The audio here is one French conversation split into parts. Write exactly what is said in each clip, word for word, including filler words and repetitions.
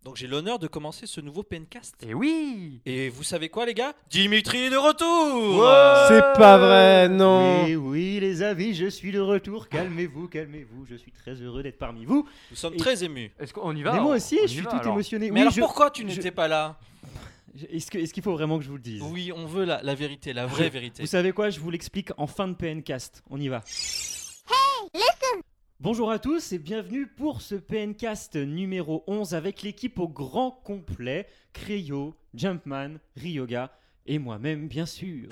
Donc j'ai l'honneur de commencer ce nouveau Pencast. Et oui. Et vous savez quoi les gars? Dimitri est de retour. Ouais. C'est pas vrai, non. Oui, oui, les amis, je suis de retour. Calmez-vous, calmez-vous. Je suis très heureux d'être parmi vous. Nous sommes Et- très émus. Est-ce qu'on y va Mais alors moi aussi, On je y suis va, tout alors. émotionné. Mais oui, alors je- pourquoi tu je- n'étais pas là? je- Est-ce que- est-ce qu'il faut vraiment que je vous le dise? Oui, on veut la, la vérité, la vraie Je- vérité. Vous savez quoi? Je vous l'explique en fin de P N Cast. On y va. Bonjour à tous et bienvenue pour ce P N Cast numéro onze avec l'équipe au grand complet, Cryo, Jumpman, Ryoga et moi-même bien sûr.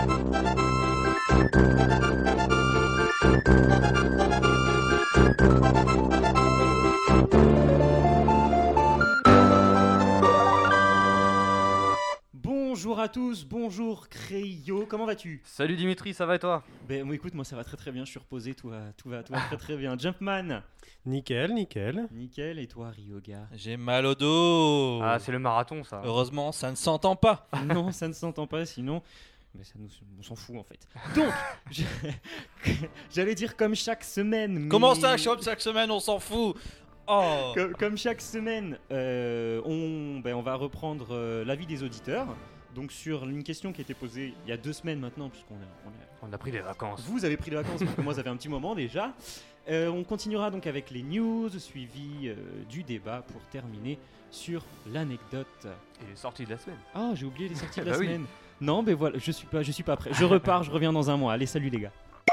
Bonjour à tous, bonjour Cryo, comment vas-tu? Salut Dimitri, ça va et toi? Ben moi, écoute, moi ça va très très bien, je suis reposé, tout va, tout va, tout va très très bien. Jumpman, Nickel, nickel. nickel, et toi Ryoga? J'ai mal au dos. Ah, c'est le marathon ça. Heureusement, ça ne s'entend pas. Non, ça ne s'entend pas, sinon. Mais ça nous, on s'en fout en fait. Donc, je- j'allais dire comme chaque semaine. mais- Comment ça, Chop, chaque semaine, on s'en fout? Oh. Comme, comme chaque semaine, euh, on, ben, on va reprendre euh, l'avis des auditeurs. Donc, sur une question qui a été posée il y a deux semaines maintenant, puisqu'on est- on est- On a pris des vacances. vous avez pris les vacances, parce que moi, ça fait un petit moment déjà. Euh, on continuera donc avec les news, suivi euh, du débat pour terminer sur l'anecdote. Et les sorties de la semaine. Ah, j'ai oublié les sorties de la Bah oui. semaine. Non, mais voilà, je suis pas, je suis pas prêt. Je repars, je reviens dans un mois. Allez, salut les gars.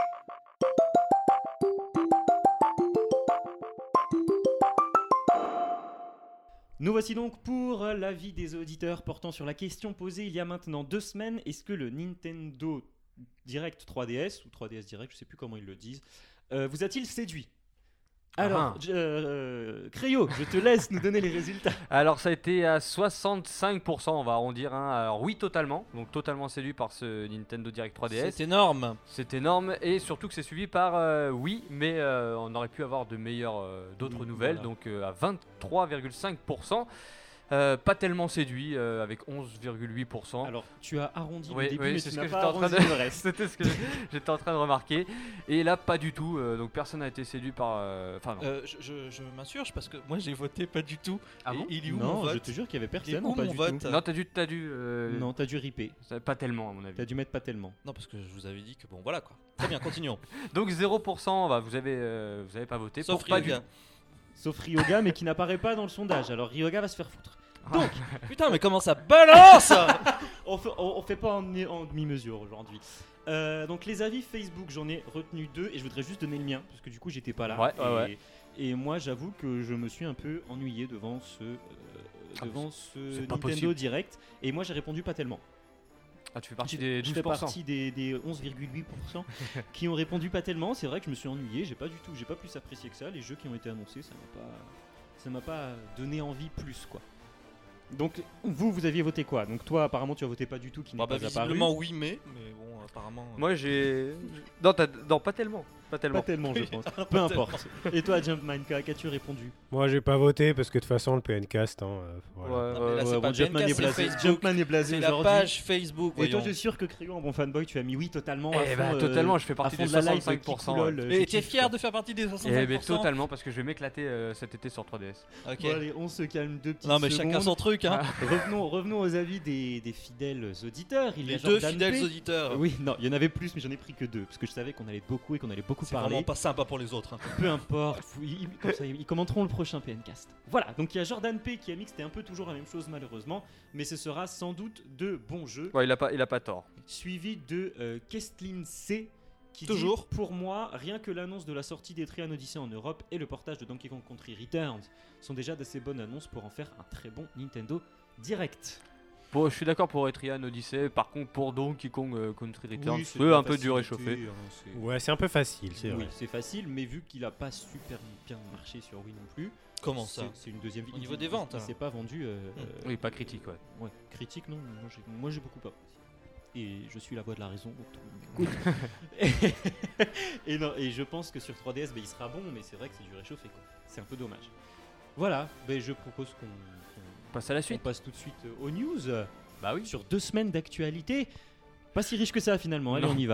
Nous voici donc pour l'avis des auditeurs portant sur la question posée il y a maintenant deux semaines. Est-ce que le Nintendo Direct trois D S ou trois D S Direct, je sais plus comment ils le disent, euh, vous a-t-il séduit? Alors, Ah. je- euh, Cryo, je te laisse nous donner les résultats. Alors ça a été à soixante-cinq pour cent, on va arrondir. Hein. Alors oui, totalement. Donc totalement séduit par ce Nintendo Direct trois D S. C'est énorme. C'est énorme et surtout que c'est suivi par euh, oui, mais euh, on aurait pu avoir de meilleures, euh, d'autres Oui, nouvelles. voilà. Donc euh, à vingt-trois virgule cinq pour cent. Euh, pas tellement séduit euh, avec onze virgule huit pour cent. Alors, tu as arrondi Oui, le début, oui, mais c'est tu ce que n'as j'étais pas en train arrondi de- le reste. C'était ce que j'étais en train de remarquer. Et là, pas du tout. euh, donc personne n'a été séduit par. euh, Enfin, non. Euh, je je, je m'insurge parce que moi j'ai voté pas du tout. Ah Et bon il est où mon Non, vote? je te jure qu'il y avait Il est personne. où non, pas mon du vote? tout. Non, t'as dû, t'as dû. euh, Non, t'as dû ripper. ça- Pas tellement à mon avis. T'as dû mettre pas tellement. Non, parce que je vous avais dit que bon, voilà quoi. Très bien, continuons. Donc zéro pour cent. Bah, vous avez, euh, vous avez pas voté. Sauf pour pas Ryoga. du. Sauf Ryoga, mais qui n'apparaît pas dans le sondage. Alors Ryoga va se faire foutre. Donc, putain, mais comment ça balance? On fait, on, on fait pas en, en demi-mesure aujourd'hui. Euh, donc les avis Facebook, j'en ai retenu deux et je voudrais juste donner le mien parce que du coup j'étais pas là. Ouais, et, ouais, ouais. et moi j'avoue que je me suis un peu ennuyé devant ce, euh, Ah, devant ce c'est pas Nintendo possible. Direct. Et moi j'ai répondu pas tellement. Ah, tu fais partie Je- des Je douze fais pour cent. partie des, des onze virgule huit pour cent qui ont répondu pas tellement. C'est vrai que je me suis ennuyé. J'ai pas du tout, j'ai pas plus apprécié que ça. Les jeux qui ont été annoncés, ça m'a pas, ça m'a pas donné envie plus quoi. Donc vous, vous aviez voté quoi? Donc toi, apparemment, tu as voté pas du tout, qui n'est Bah, bah, pas apparu. visiblement oui, mais mais bon, apparemment. euh, Moi j'ai. Non, t'as- non, pas tellement. Pas Pas tellement. tellement, je pense. Peu importe. Et toi, Jumpman, qu'a- qu'as-tu répondu? Moi, j'ai pas voté parce que de toute façon, le P N Cast, hein, euh, voilà. Ouais, Non, mais ouais, là, ouais. c'est bon, pas Jumpman P N K, est c'est blasé. Facebook. Jumpman est blasé C'est la aujourd'hui. page Facebook. Et toi, voyons. je suis sûr que Crayon, en bon fanboy, tu as mis oui totalement. à Eh fond, bah, euh, totalement, je fais à partie fond des de la live, soixante-cinq pour cent. petit coulol, euh, Et je t'es kiffe, fier quoi. de faire partie des Eh soixante-cinq ben pour cent? totalement parce que je vais m'éclater euh, cet été sur trois D S. Ok. Bon, allez, on se calme deux petites Non, mais secondes. chacun son truc, hein. Revenons, revenons aux avis des, des fidèles auditeurs. Il y Les a deux Jordan fidèles P. auditeurs. Oui, non, il y en avait plus, mais j'en ai pris que deux parce que je savais qu'on allait beaucoup et qu'on allait beaucoup C'est parler. vraiment pas sympa pour les autres. hein. Peu importe, vous- ils, comme ça, ils commenteront le prochain P N Cast. Voilà, donc il y a Jordan P qui a mis que c'était un peu toujours la même chose malheureusement, mais ce sera sans doute de bons jeux, Ouais, il a pas, il a pas tort. suivi de euh, Kestlin C qui Toujours. dit, pour moi, rien que l'annonce de la sortie des Trian Odyssey en Europe et le portage de Donkey Kong Country Returns sont déjà d'assez bonnes annonces pour en faire un très bon Nintendo Direct. Bon, je suis d'accord pour Etrian Odyssey. Par contre, pour Donkey Kong euh, Country Returns, Oui, c'est de la un peu du facilité, réchauffé. hein, c'est- Ouais, c'est un peu facile, c'est Oui, vrai. c'est facile, mais vu qu'il a pas super bien marché sur Wii non plus, Comment ça? c'est- C'est une deuxième Au il- niveau il- des ventes, Il, alors. s'est pas vendu. euh, Hmm. euh, Oui, pas critique, ouais. Ouais, critique non, moi j'ai, moi j'ai beaucoup apprécié. Et je suis la voix de la raison, donc tout le monde m'écoute. et, non, et je pense que sur trois D S, bah, il sera bon, mais c'est vrai que c'est du réchauffé, quoi. C'est un peu dommage. Voilà, bah, je propose qu'on, qu'on- Passe à la qu'on suite. passe tout de suite euh, aux news. Bah oui. Sur deux semaines d'actualité. Pas si riche que ça finalement, allez Non. on y va.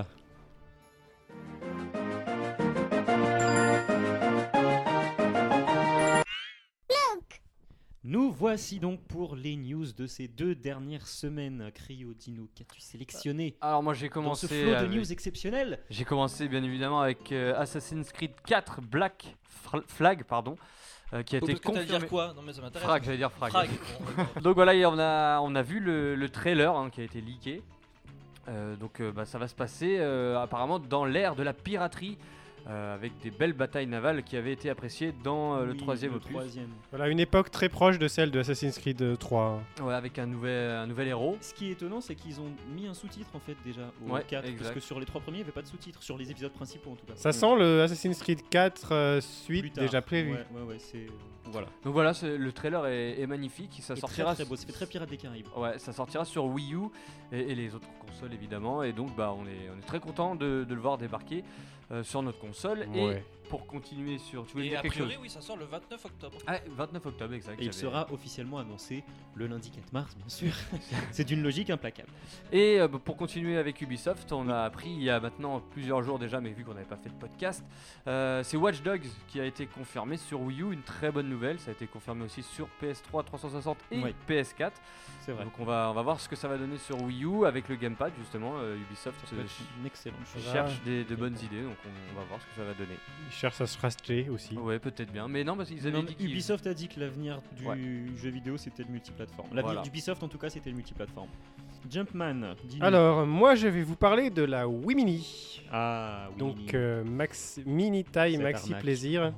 Nous voici donc pour les news de ces deux dernières semaines. Cryo, Dino, qu'as-tu sélectionné Alors moi j'ai dans commencé ce flot de avec- news exceptionnels? J'ai commencé bien évidemment avec euh, Assassin's Creed quatre Black Fr- Flag, pardon, euh, qui a Oh, été parce que t'allais confirmé. dire quoi? Non mais ça m'intéresse. Frag, j'allais dire Frag. Frag. Bon, d'accord. Donc voilà, et on a, on a vu le, le trailer hein, qui a été leaké. Euh, donc euh, bah, ça va se passer euh, apparemment dans l'ère de la piraterie, euh, avec des belles batailles navales qui avaient été appréciées dans euh, le Oui, troisième le opus. troisième. Voilà, une époque très proche de celle de Assassin's Creed euh, trois. Ouais, avec un nouvel, un nouvel héros. Ce qui est étonnant, c'est qu'ils ont mis un sous-titre en fait déjà au Ouais, quatre, exact. parce que sur les trois premiers, il n'y avait pas de sous-titre, sur les épisodes principaux en tout cas. Ça sent le Assassin's Creed quatre euh, suite Plus tard. déjà prévu. Ouais, ouais, ouais, c'est. Voilà. Donc voilà, c'est- le trailer est, est magnifique. Ça Et sortira. très, très beau, ça fait très Pirates des Caraïbes. Ouais, ça sortira sur Wii U et, et les autres consoles évidemment. Et donc bah on est, on est très content de, de le voir débarquer euh, sur notre console. Ouais. Et pour continuer sur, tu voulais Et dire a quelque priori, chose? oui, ça sort le vingt-neuf octobre. Ah, vingt-neuf octobre, exact. Et il j'avais- sera officiellement annoncé le lundi quatre mars, bien sûr. C'est d'une logique implacable. Et euh, bah, pour continuer avec Ubisoft, on a appris il y a maintenant plusieurs jours déjà, mais vu qu'on n'avait pas fait de podcast, euh, c'est Watch Dogs qui a été confirmé sur Wii U, une très bonne nouvelle. Ça a été confirmé aussi sur P S trois, trois cent soixante et Ouais. P S quatre. C'est vrai. Donc on va, on va voir ce que ça va donner sur Wii U avec le gamepad justement. euh, Ubisoft Ça peut euh, être une excellente chose. Ça cherche des, de bonnes idées, donc on, on va voir ce que ça va donner. Ils cherchent à se racheter aussi. Ouais, peut-être bien, mais non, parce qu'ils avaient Non, dit mais qu'ils- Ubisoft a dit que l'avenir du Ouais. jeu vidéo c'était le multiplateforme. L'avenir Voilà. d'Ubisoft en tout cas c'était le multiplateforme. Jumpman, dis-nous. Alors, moi je vais vous parler de la Wii Mini. Ah oui. Donc, euh, max, mini taille, Cette maxi arnaque. plaisir.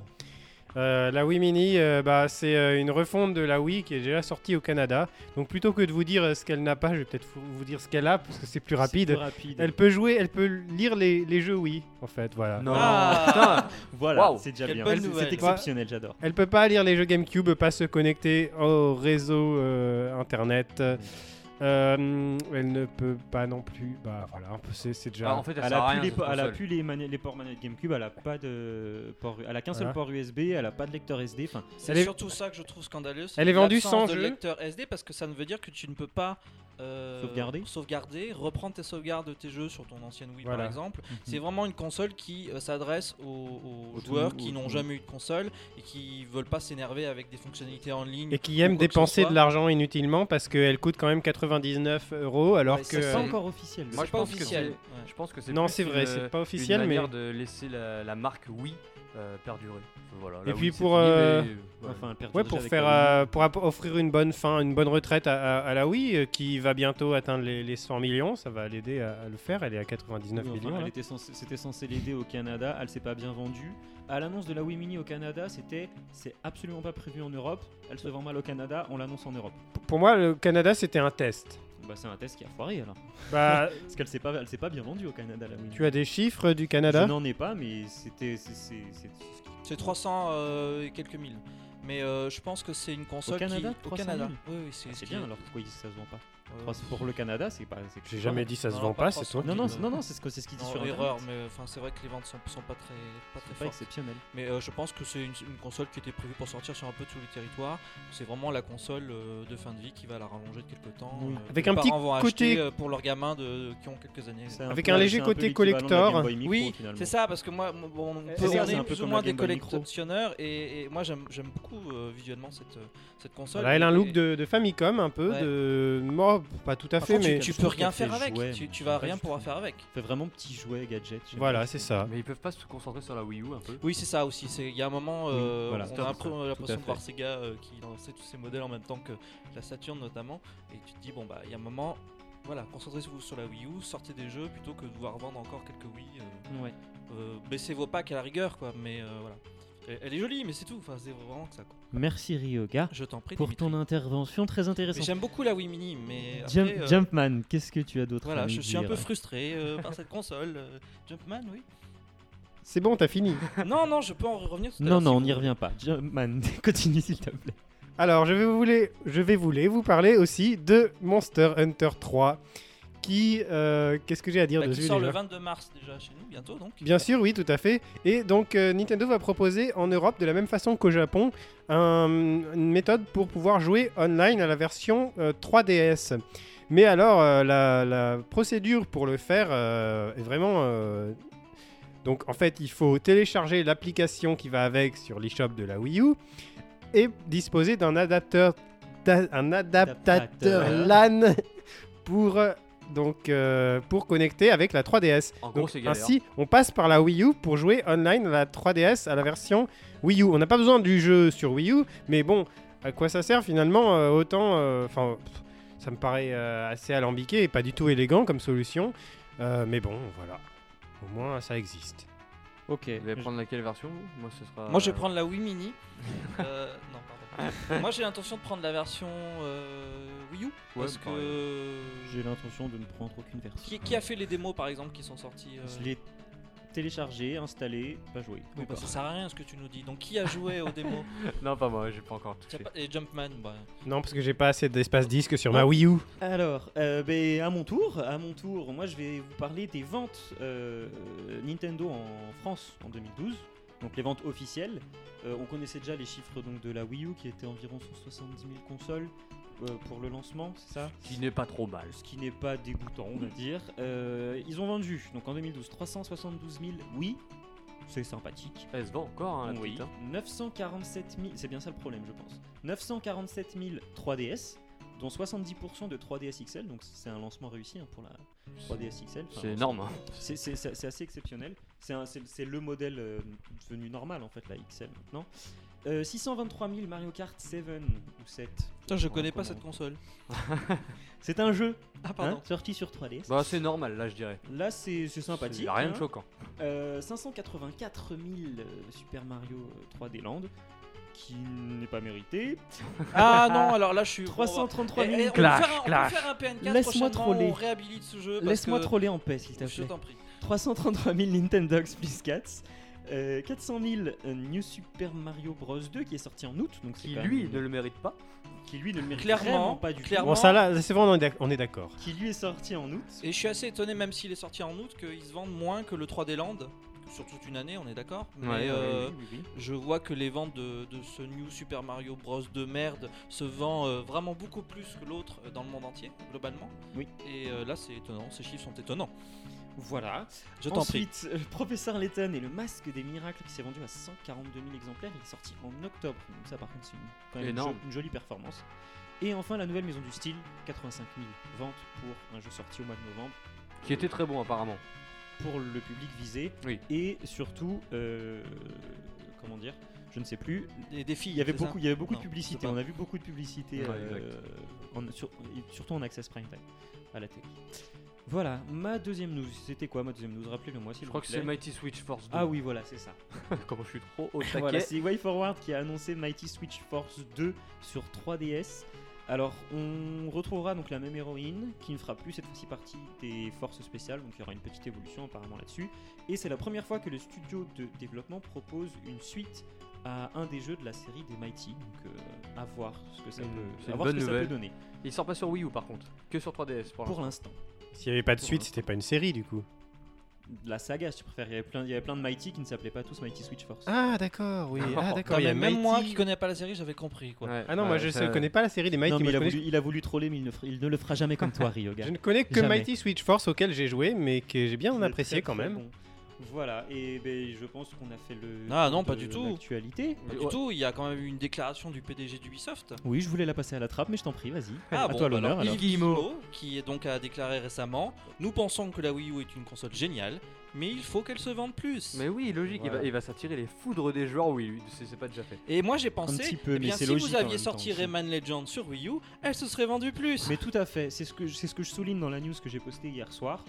Euh, la Wii Mini, euh, bah, c'est euh, une refonte de la Wii qui est déjà sortie au Canada. Donc plutôt que de vous dire euh, ce qu'elle n'a pas, je vais peut-être vous vous dire ce qu'elle a parce que c'est plus C'est rapide. plus rapide. Elle peut jouer, elle peut lire les, les jeux Wii en fait, voilà. Non, Ah. Voilà, Waouh, c'est déjà quelle bien. bonne C'est- nouvelle. C'est exceptionnel, j'adore. Elle peut pas lire les jeux GameCube, pas se connecter au réseau euh, internet. Euh, elle ne peut pas non plus. Bah voilà, un peu c'est c'est déjà. Ah, en fait, elle, Elle sert à a, rien, plus les, cette po- elle a console. plus les, mani- les ports manettes GameCube, elle a pas de port, elle a qu'un seul Voilà. port U S B, elle a pas de lecteur S D. Enfin, C'est Elle est- surtout ça que je trouve scandaleux. c'est Elle est vendue l'absence sans de jeu. lecteur S D parce que ça ne veut dire que tu ne peux pas euh, Sauvegarder. sauvegarder, reprendre tes sauvegardes de tes jeux sur ton ancienne Wii par Voilà. exemple. C'est vraiment une console qui euh, s'adresse aux, aux Aux joueurs tout- qui aux n'ont tout- jamais eu de console et qui veulent pas s'énerver avec des fonctionnalités en ligne. Et qui ou aime quoi que ce dépenser soit. de l'argent inutilement parce qu'elle coûte quand même quatre-vingt-dix-neuf euros alors Ouais, que. ça, c'est c'est- pas euh, encore officiel. Moi, C'est je pas pense que officiel. c'est- Ouais. Je pense que c'est Non, plus c'est vrai, une, c'est pas une officiel, mais. manière de laisser la, la marque Wii euh, perdurer. Voilà, Et la puis Wii, c'est pour, fini, euh, mais, euh, voilà. Enfin, elle perd Ouais, déjà pour avec faire, la Wii. euh, pour app- offrir une bonne fin, une bonne retraite à, à- à la Wii euh, qui va bientôt atteindre les, les cent millions, ça va l'aider à, à le faire. Elle est à quatre-vingt-dix-neuf Oui, enfin, millions. elle là. était censée- c'était censé l'aider au Canada, elle s'est pas bien vendue. À l'annonce de la Wii Mini au Canada, c'était c'est absolument pas prévu en Europe. Elle se vend mal au Canada, on l'annonce en Europe. P- Pour moi, le Canada c'était un test. Bah c'est un test qui a foiré alors. Bah, Parce qu'elle s'est pas, elle s'est pas bien vendue au Canada la Wii Mini. tu as des chiffres du Je Canada? n'en ai pas, mais c'était c'est c'est- c'est- c'est- C'est trois cents euh, et quelques mille. Mais euh, je pense que c'est une console Canada, qui... Au trois cent Canada. mille. Oui, oui, c'est Ah, ce c'est qui bien est- alors pourquoi ils disent que ça se vend pas. euh, Trois- Pour le Canada, c'est pas. c'est- J'ai jamais dit ça se Non, vend pas pas, c'est trois cents. toi. Non non qui- c'est- non non c'est ce que c'est ce qu'ils disent Non, sur erreur, Internet. mais enfin, c'est vrai que les ventes sont, sont pas très, pas très C'est pas fortes. exceptionnel. Mais euh, je pense que c'est une, une console qui était prévue pour sortir sur un peu tous les territoires. C'est vraiment la console euh, de fin de vie qui va la rallonger de quelques temps. Oui. euh, Avec que un les petit parents vont côté- acheter, euh, pour leurs gamins de, qui ont quelques années. C'est Avec peu- un léger c'est côté peu l'équivalent de la Game collector. Boy Micro, Oui, finalement. c'est ça, parce que moi, bon, on Eh, peut c'est on un est peu plus ou comme moins la des Game Boy Micro. collectionneurs et, et moi j'aime j'aime beaucoup euh, visuellement cette, euh, cette console. Voilà, elle a un Et- look de, de Famicom un peu, Ouais. de. Moi, pas tout à Par fait, contre, mais. tu, tu je peux trouve rien qu'elle faire fait avec, jouet, tu, mais tu vas pas rien du pouvoir tout. faire avec. Fait vraiment petit jouet gadget. j'aime Voilà, bien. c'est ça. Mais ils peuvent pas se concentrer sur la Wii U un peu. Oui, c'est ça aussi. c'est- Il y a un moment, euh, voilà, on tout a à un fait, peu tout à l'impression de fait. voir Sega euh, qui lançait tous ces modèles en même temps que la Saturn notamment. Et tu te dis, bon, bah, il y a un moment, voilà, concentrez-vous sur la Wii U, sortez des jeux plutôt que de devoir vendre encore quelques Wii. euh, Ouais. euh, baissez vos packs à la rigueur, quoi. Mais euh, voilà. Elle, elle est jolie, mais c'est tout. Enfin, c'est vraiment que ça, quoi. Merci Ryoga Je t'en prie, pour Dimitri. ton intervention très Mais intéressante. J'aime beaucoup la Wii Mini, mais Jump- après, euh, Jumpman, qu'est-ce que tu as d'autre à voilà, nous je suis un dire peu frustré euh, par cette console. euh, Jumpman, oui. C'est bon, t'as fini. Non, non, je peux en revenir tout à Non, l'heure. non, si on vous n'y voulez. revient pas. Jumpman, continue s'il te plaît. Alors, je vais vous voulez, je vais voulez vous parler aussi de Monster Hunter trois. Qui. euh, Qu'est-ce que j'ai à dire Bah, qui dessus sort déjà le vingt-deux mars déjà chez nous, bientôt donc. Bien sûr, oui, tout à fait. Et donc, euh, Nintendo va proposer en Europe, de la même façon qu'au Japon, un- une méthode pour pouvoir jouer online à la version euh, trois D S. Mais alors, euh, la, la procédure pour le faire euh, est vraiment... euh, Donc, en fait, il faut télécharger l'application qui va avec sur l'eShop de la Wii U, et disposer d'un adapteur, da- un adaptateur Adaptateur. LAN pour, euh, donc, euh, pour connecter avec la trois D S. En gros, Donc, c'est galère. ainsi, on passe par la Wii U pour jouer online à la trois D S à la version Wii U. On n'a pas besoin du jeu sur Wii U, mais bon, à quoi ça sert finalement euh, autant, enfin, ça me paraît euh, assez alambiqué et pas du tout élégant comme solution. Euh, mais bon, voilà, au moins ça existe. Ok. Vous allez prendre laquelle version vous Moi, ce sera. Moi, je vais prendre la Wii Mini. Euh, non, pardon. Moi, j'ai l'intention de prendre la version euh, Wii U. Ouais, parce pareil. que. J'ai l'intention de ne prendre aucune version. Qui, qui a fait les démos par exemple qui sont sorties euh, Je l'ai téléchargé, installé, pas joué. oui, bah, ça sert à rien ce que tu nous dis. Donc, qui a joué aux démos? Non, pas moi, j'ai pas encore Tiens, touché. pas- Et Jumpman, bah. Non, parce que j'ai pas assez d'espace disque sur ma Ah. Wii U. Alors, euh, ben, à mon tour, à mon tour, moi je vais vous parler des ventes euh, Nintendo en France en deux mille douze. Donc les ventes officielles. Euh, on connaissait déjà les chiffres donc de la Wii U qui était environ cent soixante-dix mille consoles euh, pour le lancement, c'est ça? Qui n'est pas trop mal. Ce qui n'est pas dégoûtant, on va dire. Euh, ils ont vendu donc en deux mille douze trois cent soixante-douze mille oui, c'est sympathique. Elle se vend encore, hein, la Oui, petite, hein. neuf cent quarante-sept mille, c'est bien ça le problème, je pense. neuf cent quarante-sept mille trois D S, dont soixante-dix pour cent de trois D S X L, donc c'est un lancement réussi hein, pour la trois D S X L. Enfin, C'est énorme. Hein. C'est, c'est- c'est- c'est assez exceptionnel. C'est, un- c'est- c'est le modèle euh, devenu normal en fait, la X L maintenant. Euh, six cent vingt-trois mille Mario Kart sept ou sept. Putain, je Voilà connais pas comment- cette console. C'est un jeu Ah, hein, pardon. sorti sur trois D S. Bah, c'est normal, là, je dirais. Là, c'est, c'est sympathique. Y a rien de hein. choquant. Euh, cinq cent quatre-vingt-quatre mille euh, Super Mario euh, trois D Land, qui n'est pas mérité. Ah non, alors là, je suis. trois cent trente-trois Eh, eh, mille. on, Clash, peut faire un, on peut clash. faire un P N quatre Laisse-moi prochainement, troller. on réhabilite ce jeu. parce Laisse-moi que- troller en paix, s'il te Je plaît. t'en prie. trois cent trente-trois mille Nintendogs plus quatre. Euh, quatre cent mille euh, New Super Mario Bros deux qui est sorti en août, donc c'est Qui, quand lui, même- ne le mérite pas. qui lui ne le mérite Clairement, vraiment pas du clairement. Bon, ça là, c'est bon, on est d'ac- on est d'accord. tout. Qui lui est sorti en août. Et je suis assez étonné, même s'il est sorti en août, qu'il se vende moins que le trois D Land. Sur toute une année, on est d'accord. Mais Ouais, ouais, euh, Oui, oui, oui. je vois que les ventes de, de ce New Super Mario Bros de merde se vendent euh, vraiment beaucoup plus que l'autre euh, dans le monde entier, globalement. Oui. Et euh, là, c'est étonnant, ces chiffres sont étonnants. Voilà. Je t'en prie. Ensuite, euh, Professeur Layton et le masque des miracles qui s'est vendu à cent quarante-deux mille exemplaires. Il est sorti en octobre. Donc ça, par contre, c'est une, quand même une, Énorme. jo- une jolie performance. Et enfin, la nouvelle maison du style, quatre-vingt-cinq mille ventes pour un jeu sorti au mois de novembre. Qui était très bon, apparemment. Pour le public visé. Oui. Et surtout, euh, comment dire, je ne sais plus. Des défis. Il y avait c'est ça beaucoup, il y avait beaucoup Non, de publicité. c'est pas- On a vu beaucoup de publicité, Ouais, euh, en- sur- surtout en Access Prime Time à la télé. Voilà, ma deuxième news. C'était quoi ma deuxième news? Rappelez-le-moi s'il Je vous crois que plaît. c'est Mighty Switch Force deux. Ah oui, voilà, c'est ça. Comment je suis trop au taquet. Voilà, c'est WayForward qui a annoncé Mighty Switch Force deux sur trois D S. Alors, on retrouvera donc la même héroïne qui ne fera plus cette fois-ci partie des forces spéciales, donc il y aura une petite évolution apparemment là-dessus. Et c'est la première fois que le studio de développement propose une suite à un des jeux de la série des Mighty. Donc, euh, à voir ce que ça, Mmh, peut, c'est à une voir ce bonne que ça nouvelle. peut donner. Il sort pas sur Wii U par contre, que sur trois D S pour Pour l'instant. l'instant. S'il n'y avait pas de Pour suite, l'instant. c'était pas une série du coup. La saga, si tu préfères, il y avait plein, il y avait plein de Mighty qui ne s'appelaient pas tous Mighty Switch Force. Ah d'accord, oui. Ah Non, d'accord, il y a mais même Mighty- moi qui connais pas la série, j'avais compris quoi. Ouais, Ah non, moi ouais, je ça- ne connais pas la série des Mighty. non, mais moi, il a, je, connais... voulu, il a voulu troller, mais il ne, fera- il ne le fera jamais comme toi, Ryoga. je ne connais que Jamais. Mighty Switch Force auquel j'ai joué, mais que j'ai bien C'est apprécié très, quand très même. bon. Voilà, et ben, je pense qu'on a fait le. Ah, non, tour pas de du tout. l'actualité. Pas du Ouais. tout, il y a quand même eu une déclaration du P D G d'Ubisoft. Oui, je voulais la passer à la trappe, mais je t'en prie, vas-y. Ah à bon, toi bah l'honneur. alors, alors. Yves Guillemot, qui est donc a déclaré récemment: nous pensons que la Wii U est une console géniale, mais il faut qu'elle se vende plus. Mais oui, logique, il Voilà. va, il va s'attirer les foudres des joueurs Wii U, c'est c'est pas déjà fait. Et moi j'ai pensé, petit peu, eh mais bien, c'est si logique vous en aviez même sorti temps. Rayman Legends sur Wii U, elle se serait vendue plus. Mais tout à fait, c'est ce que, c'est ce que je souligne dans la news que j'ai postée hier soir,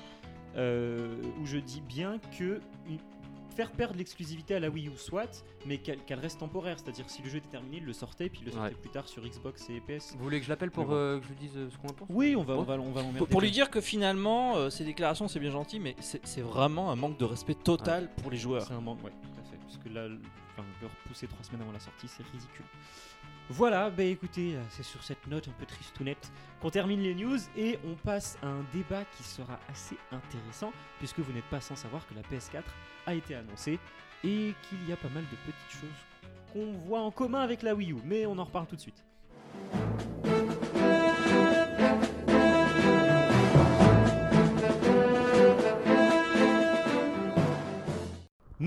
euh, où je dis bien que une- faire perdre l'exclusivité à la Wii U, soit, mais qu'elle qu'elle reste temporaire. C'est-à-dire si le jeu était terminé, il le sortait, puis il le sortait Ouais. plus tard sur Xbox et P S. Vous voulez que je l'appelle pour Mais bon. euh, que je lui dise euh, ce qu'on en pense Oui, on va, on Ouais. va, on va l'emmerder. Pour, pour lui dire que finalement, euh, ces déclarations c'est bien gentil, mais c'est c'est vraiment un manque de respect total pour les joueurs. C'est un manque, ouais, tout à fait. Puisque là, le, enfin, le repousser trois semaines avant la sortie, c'est ridicule. Voilà, bah écoutez, euh, c'est sur cette note un peu tristounette qu'on termine les news et on passe à un débat qui sera assez intéressant puisque vous n'êtes pas sans savoir que la P S quatre a été annoncée et qu'il y a pas mal de petites choses qu'on voit en commun avec la Wii U, mais on en reparle tout de suite.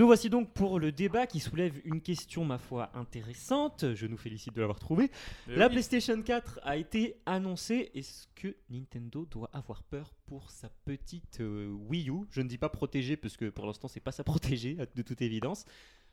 Nous voici donc pour le débat qui soulève une question, ma foi, intéressante. Je nous félicite de l'avoir trouvée. Mais La oui. PlayStation quatre a été annoncée. Est-ce que Nintendo doit avoir peur pour sa petite euh, Wii U ? Je ne dis pas protégée parce que pour l'instant c'est pas sa protégée de toute évidence.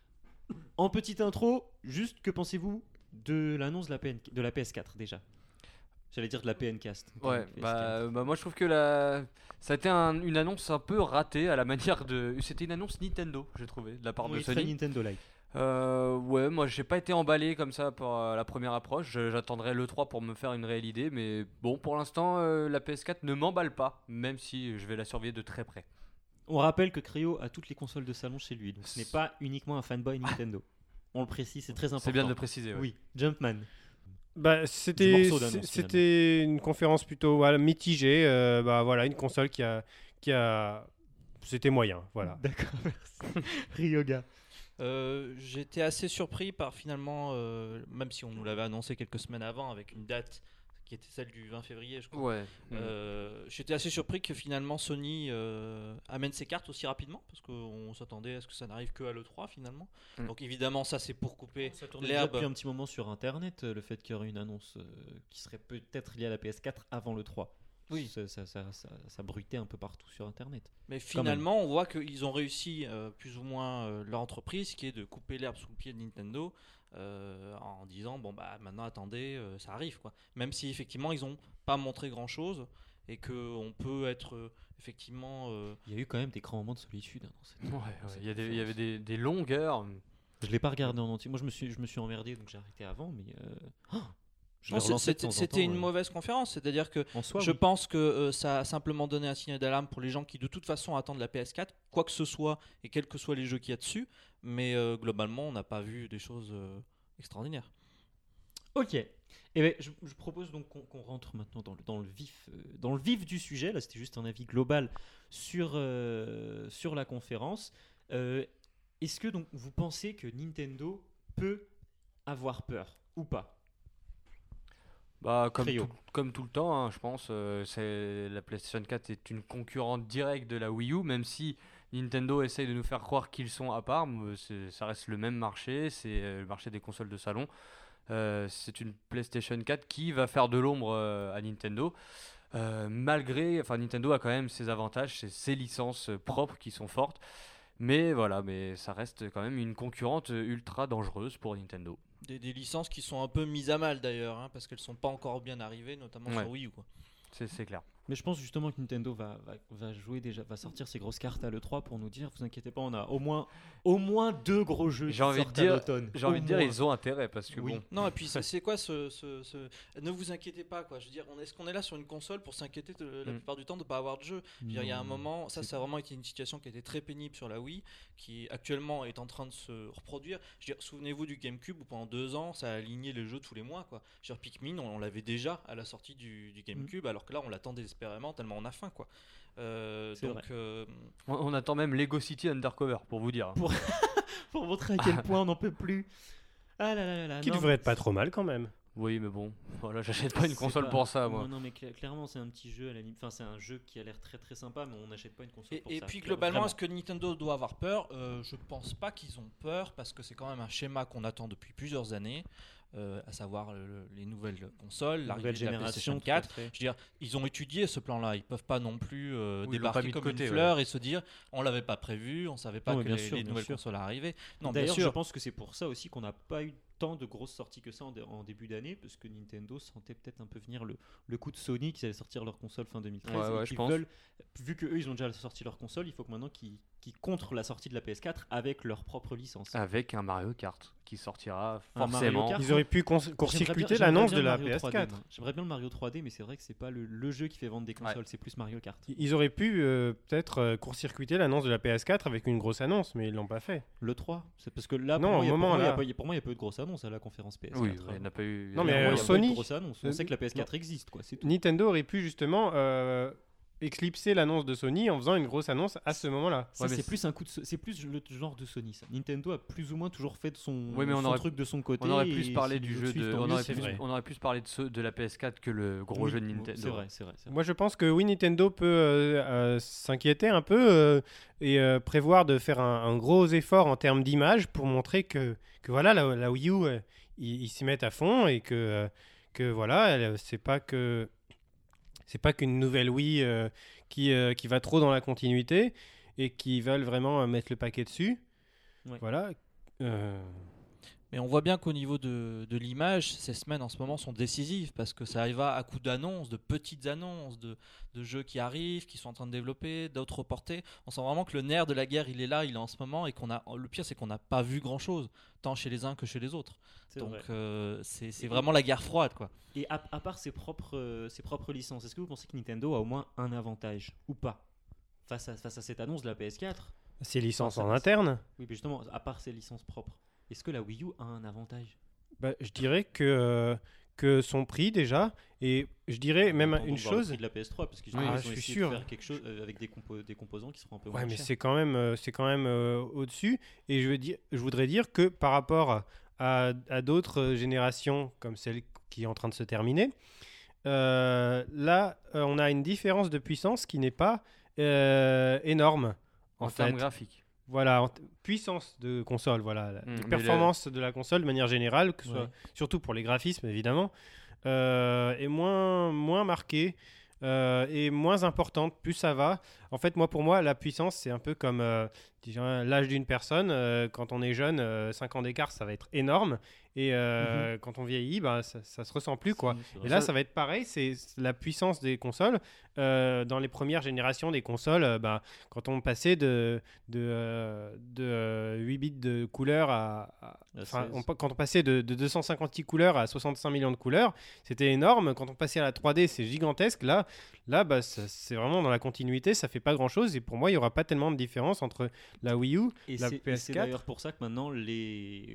En petite intro, juste que pensez-vous de l'annonce de la, P N de la P S quatre déjà ? J'allais dire de la P N Cast. Ouais, bah, bah moi je trouve que la... ça a été un- une annonce un peu ratée à la manière de. C'était une annonce Nintendo, j'ai trouvé, de la part de oui, très Sony. Nintendo-like. Euh, ouais, moi j'ai pas été emballé comme ça pour euh, la première approche. Je- J'attendrai l'E trois pour me faire une réelle idée, mais bon, pour l'instant, euh, la P S quatre ne m'emballe pas, même si je vais la surveiller de très près. On rappelle que Cryo a toutes les consoles de salon chez lui, donc ce n'est pas uniquement un fanboy Nintendo. On le précise, c'est très important. C'est bien de le préciser. Ouais. Oui, Jumpman. Bah, Du c'était morceau d'annonce, c'est- c'était une conférence plutôt voilà, mitigée. euh, bah voilà, une console qui a qui a c'était moyen. Voilà. D'accord, merci. Ryoga. Euh, J'étais assez surpris par finalement, euh, même si on nous l'avait annoncé quelques semaines avant avec une date qui était celle du vingt février, je crois. Ouais. Euh, J'étais assez surpris que finalement Sony euh, amène ses cartes aussi rapidement parce qu'on s'attendait à ce que ça n'arrive que à l'E trois finalement. Mm. Donc évidemment ça c'est pour couper Ça tourne déjà l'herbe. depuis un petit moment sur internet, euh, le fait qu'il y aurait une annonce euh, qui serait peut-être liée à la P S quatre avant le trois. Oui. Ça, ça, ça, ça, ça bruitait un peu partout sur internet. Mais finalement on voit qu'ils ont réussi euh, plus ou moins euh, leur entreprise qui est de couper l'herbe sous le pied de Nintendo. Euh, en disant bon bah maintenant attendez euh, ça arrive quoi, même si effectivement ils ont pas montré grand chose et que on peut être euh, effectivement euh, Il y a eu quand même des grands moments de solitude. hein, dans cette- Ouais, dans ouais, cette il y, a des- il y conférence. avait des, des longueurs. Je l'ai pas regardé en entier. Moi, je me suis, je me suis emmerdé, donc j'ai arrêté avant. Mais euh, oh, je non, l'ai c'est- relancé de c'était temps en c'était temps, une euh, mauvaise conférence, c'est-à-dire que En soi, je oui. pense que euh, ça a simplement donné un signal d'alarme pour les gens qui de toute façon attendent la P S quatre, quoi que ce soit et quels que soient les jeux qu'il y a dessus. Mais euh, globalement, on n'a pas vu des choses euh, extraordinaires. Ok. Eh ben, je, je propose donc qu'on qu'on rentre maintenant dans le, dans, le vif, euh, dans le vif du sujet. Là, c'était juste un avis global sur, euh, sur la conférence. Euh, Est-ce que donc, vous pensez que Nintendo peut avoir peur ou pas ? Bah, comme, Cryo. tout, comme tout le temps, hein, je pense, euh, c'est, la PlayStation quatre est une concurrente directe de la Wii U, même si Nintendo essaye de nous faire croire qu'ils sont à part. mais c'est- ça reste le même marché, c'est euh, le marché des consoles de salon. Euh, c'est une PlayStation quatre qui va faire de l'ombre euh, à Nintendo. Euh, malgré, enfin Nintendo a quand même ses avantages, c'est ses licences euh, propres qui sont fortes. Mais voilà, mais ça reste quand même une concurrente euh, ultra dangereuse pour Nintendo. Des, des licences qui sont un peu mises à mal d'ailleurs, hein, parce qu'elles sont pas encore bien arrivées, notamment Ouais. sur Wii U. Quoi. C'est, c'est clair. Mais je pense justement que Nintendo va, va, va jouer déjà, va sortir ses grosses cartes à l'E trois pour nous dire, vous inquiétez pas, on a au moins, au moins deux gros jeux J'ai qui envie de sortent dire- à l'automne. J'ai Au envie de dire, moins. ils ont intérêt parce que Oui. bon. Non, et puis c'est c'est quoi ce, ce- ce- Ne vous inquiétez pas, quoi. Je veux dire, on est-ce qu'on est là sur une console pour s'inquiéter de- la Mm. plupart du temps de pas avoir de jeu. Je veux dire, il y a un Non, moment, ça, c'est ça a vraiment été une situation qui a été très pénible sur la Wii, qui actuellement est en train de se reproduire. Je veux dire, souvenez-vous du GameCube où pendant deux ans, ça a aligné les jeux tous les mois, quoi. Je veux dire, Pikmin, on, on l'avait déjà à la sortie du, du GameCube, alors que là, on l'attend désespérément tellement on a faim, quoi. Euh, C'est donc, vrai. euh, On, on attend même Lego City Undercover pour vous dire. Pour montrer à quel point on n'en peut plus. Ah là là là là. Qui non, devrait mais être pas trop mal quand même. Oui, mais bon, voilà, j'achète pas une c'est console pas- pour ça, moi. Non, non, mais cla- clairement, c'est un petit jeu à la limite. Enfin, c'est un jeu qui a l'air très très sympa, mais on n'achète pas une console Et, pour et ça. puis Claire- globalement, vraiment. est-ce que Nintendo doit avoir peur Euh, Je pense pas qu'ils ont peur parce que c'est quand même un schéma qu'on attend depuis plusieurs années, euh, à savoir le- les nouvelles consoles, l'arrivée Nouvelle de la génération, PlayStation tout à quatre. fait. Je veux dire, ils ont étudié ce plan-là. Ils peuvent pas non plus euh, Oui, ils l'ont pas débarquer mis de comme côté, une ouais. fleur et se dire on l'avait pas prévu, on savait pas Non, que mais bien les, sûr, les bien nouvelles sûr. consoles arrivaient. Non, bien D'ailleurs, je sûr. pense que c'est pour ça aussi qu'on n'a pas eu tant de grosses sorties que ça en, dé- en début d'année, parce que Nintendo sentait peut-être un peu venir le, le coup de Sony qui allait sortir leur console fin deux mille treize. Ouais, et ouais, qu'ils je pense. veulent, vu qu'eux ils ont déjà sorti leur console, il faut que maintenant qu'ils qu'ils contrent la sortie de la P S quatre avec leur propre licence. Avec un Mario Kart qui sortira Un Mario forcément. Kart. Ils auraient pu cons- J'aimerais court-circuiter bien- l'annonce j'aimerais de bien la le Mario P S trois D, quatre. moi. J'aimerais bien le Mario trois D, mais c'est vrai que c'est pas le, le jeu qui fait vendre des consoles, c'est plus Mario Kart. Ils auraient pu euh, peut-être euh, court-circuiter l'annonce de la P S quatre avec une grosse annonce, mais ils l'ont pas fait. Le trois, c'est parce que là, Non, pour, moi, au il y a- pour moment, moi, il y a là. pas- il y a- pour moi, il y a peu de grosses annonces à la conférence P S quatre. Oui, hein. il n'a pas eu. Non, mais, Clairement, euh, il y a pas eu Sony- de grosses annonces. On euh, sait que la P S quatre existe, quoi. C'est tout. Nintendo aurait pu justement euh, éclipser l'annonce de Sony en faisant une grosse annonce à ce moment-là. Ça, Ouais, mais c'est c'est- plus un coup de so- c'est plus le genre de Sony ça. Nintendo a plus ou moins toujours fait de son, Oui, mais on son aurait- truc de son côté. On aurait et plus parlé si du les jeu autres suivent, de, tant on mieux, aurait c'est plus, vrai. vrai. on aurait plus parlé de, ce- de la P S quatre que le gros Oui, jeu de Nintendo. C'est vrai, c'est vrai. c'est vrai. Moi, je pense que oui, Nintendo peut euh, euh, s'inquiéter un peu euh, et euh, prévoir de faire un, un gros effort en termes d'image pour montrer que, que voilà, la, la Wii U, euh, ils ils s'y mettent à fond et que, euh, que voilà, elle, c'est pas que c'est pas qu'une nouvelle Wii euh, qui, euh, qui va trop dans la continuité et qui veulent vraiment euh, mettre le paquet dessus. Ouais. Voilà. Euh, Mais on voit bien qu'au niveau de, de l'image, ces semaines en ce moment sont décisives parce que ça arrive à coup d'annonces, de petites annonces, de, de jeux qui arrivent, qui sont en train de développer, d'autres reportés. On sent vraiment que le nerf de la guerre, il est là, il est en ce moment et qu'on a. Le pire, c'est qu'on n'a pas vu grand chose, tant chez les uns que chez les autres. C'est Donc vrai. euh, c'est c'est Et- vraiment la guerre froide, quoi. Et à, à part ses propres, euh, ses propres licences, est-ce que vous pensez que Nintendo a au moins un avantage ou pas face à, face à cette annonce de la P S quatre? c'est licence Ça, en ça- interne. Oui, mais justement, à part ses licences propres, est-ce que la Wii U a un avantage? Bah, je dirais que, euh, que son prix déjà, et je dirais même Attendons une de voir le chose. prix de la P S trois, parce qu'ils Ah, ont je essayé suis de sûr. faire quelque chose euh, avec des, compo- des composants qui seront un peu Ouais, moins mais chers. c'est quand même, euh, c'est quand même euh, au-dessus. Et je, veux dire, je voudrais dire que par rapport à, à d'autres générations, comme celle qui est en train de se terminer, euh, là, euh, on a une différence de puissance qui n'est pas euh, énorme. En, En fait, termes graphiques. voilà, en t- puissance de console, voilà, la- Mm, de mais performance de la console de manière générale, que ce soit Ouais. surtout pour les graphismes évidemment, euh, est moins, moins marquée euh, et moins importante. Plus ça va. En fait, moi, pour moi, la puissance, c'est un peu comme euh, disons, l'âge d'une personne. Euh, quand on est jeune, euh, cinq ans d'écart, ça va être énorme. Et euh, quand on vieillit, bah, ça, ça se ressent plus, quoi. C'est- c'est vrai. Et là, ça va être pareil, c'est la puissance des consoles. Euh, dans les premières générations des consoles, euh, bah, quand on passait de, de, euh, de euh, huit bits de couleurs à... à- À enfin, seize. on- quand on passait de, de deux cent cinquante couleurs à soixante-cinq millions de couleurs, c'était énorme. Quand on passait à la trois D, c'est gigantesque. Là, là bah, ça- c'est vraiment dans la continuité, ça fait pas grand-chose. Et pour moi, il n'y aura pas tellement de différence entre la Wii U, Et la c'est- P et S c'est quatre. d'ailleurs pour ça que maintenant les,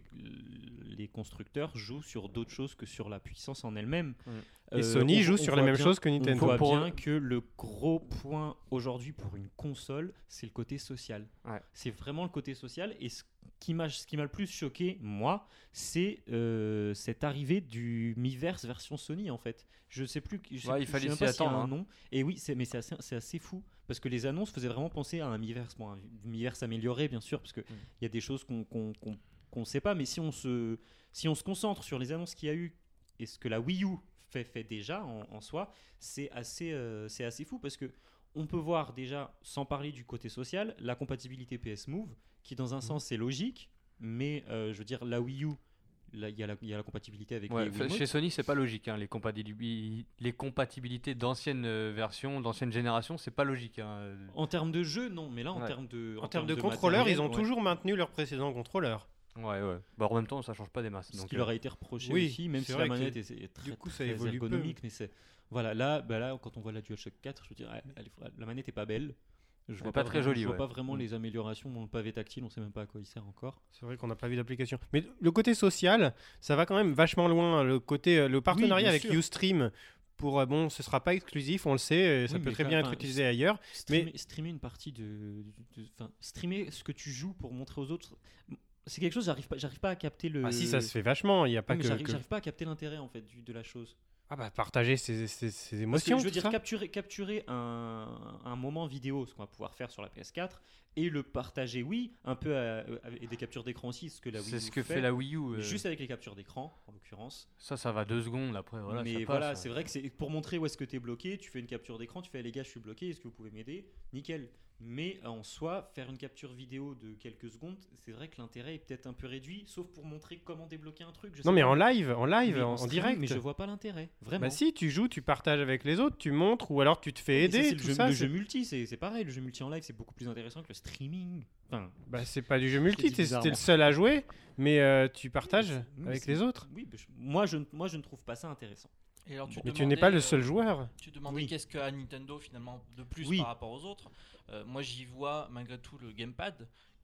les constructeurs jouent sur d'autres choses que sur la puissance en elle-même. Mm. Et Euh, Sony on- joue on sur voit les mêmes bien- choses que On Nintendo. voit Pour- bien que le gros point aujourd'hui pour une console, c'est le côté social. Ouais. C'est vraiment le côté social. Et ce qui m'a, ce qui m'a le plus choqué, moi, c'est euh, cette arrivée du Miiverse version Sony, en fait. Je sais plus. Je sais Ouais, plus- il je fallait sais même s'y pas s'il y a attendre, un hein. nom. Et oui, c'est, mais c'est assez, c'est assez fou. Parce que les annonces faisaient vraiment penser à un Miiverse. Bon, un Miiverse amélioré, bien sûr, parce qu'il Mm. y a des choses qu'on qu'on, qu'on, qu'on sait pas. Mais si on, se, si on se concentre sur les annonces qu'il y a eu et ce que la Wii U fait, fait déjà en, en soi, c'est assez, euh, c'est assez fou parce que on peut voir déjà, sans parler du côté social, la compatibilité P S Move, qui dans un sens c'est logique, mais euh, je veux dire la Wii U, là, il y, a la- il y a la compatibilité avec Ouais, les fa- Wiimote. chez Sony, c'est pas logique. Hein, les, compatibili- les compatibilités d'anciennes euh, versions, d'anciennes générations, c'est pas logique. Hein. En termes de jeu, non, mais là en Ouais. termes de En termes de contrôleurs, ils ont matériel, ouais. toujours maintenu leurs précédents contrôleurs. Ouais, ouais. Bah, en même temps, ça change pas des masses. Ce Donc, qui euh, leur a été reproché oui, aussi, même c'est si vrai la que manette est, est très, coup, ça très évolue peu. ergonomique, mais c'est voilà là, bah là quand on voit la DualShock quatre, je veux dire, elle- elle est- la manette est pas belle. Je Elle vois est pas très vraiment- jolie, Je vois ouais. pas vraiment Mm. les améliorations dans le pavé tactile, on sait même pas à quoi il sert encore. C'est vrai qu'on n'a pas vu d'application. Mais le côté social, ça va quand même vachement loin. Le côté, euh, le partenariat bien avec sûr. Ustream, pour euh, bon, ce sera pas exclusif, on le sait, et ça Oui, peut mais très quand- bien enfin, être utilisé ailleurs. Streamer, streamer une partie de, de- de- enfin, streamer ce que tu joues pour montrer aux autres, c'est quelque chose j'arrive pas, j'arrive pas à capter le. Ah si, ça se fait vachement. Il y a pas Oui, mais que, j'arrive, que- j'arrive pas à capter l'intérêt en fait du- de la chose. ah bah partager ses, ses- ses Parce que, émotions. je veux tout dire ça. capturer, capturer un, un moment vidéo, ce qu'on va pouvoir faire sur la P S quatre, et le partager, oui, un peu à- avec des captures d'écran aussi, ce que la Wii c'est U ce que fait la Wii U. euh, juste avec les captures d'écran en l'occurrence. Ça, ça va deux secondes après. Voilà, mais ça passe, voilà, hein. c'est vrai que c'est pour montrer où est-ce que tu es bloqué, tu fais une capture d'écran, tu fais les gars, je suis bloqué, est-ce que vous pouvez m'aider? Nickel. Mais en soi, faire une capture vidéo de quelques secondes, c'est vrai que l'intérêt est peut-être un peu réduit, sauf pour montrer comment débloquer un truc. je Non sais mais pas. en live, en live, Mais en, en streaming, direct. Mais je vois pas l'intérêt, vraiment. Bah si, tu joues, tu partages avec les autres, tu montres, ou alors tu te fais Mais ça, aider. c'est le tout jeu, ça, le c'est- jeu multi, c'est c'est pareil. Le jeu multi en live, c'est beaucoup plus intéressant que le streaming. Enfin, Bah, c'est pas du jeu multi, dis t'es t'es bizarrement. le seul à jouer, mais euh, tu partages oui, mais avec c'est- les autres. oui, bah, je- moi, je, ne- moi, je ne trouve pas ça intéressant. Et alors, tu Mais tu demandais, n'es pas le euh, seul joueur. Tu demandais Oui. qu'est-ce qu'a Nintendo finalement de plus Oui. par rapport aux autres. Euh, moi j'y vois malgré tout le gamepad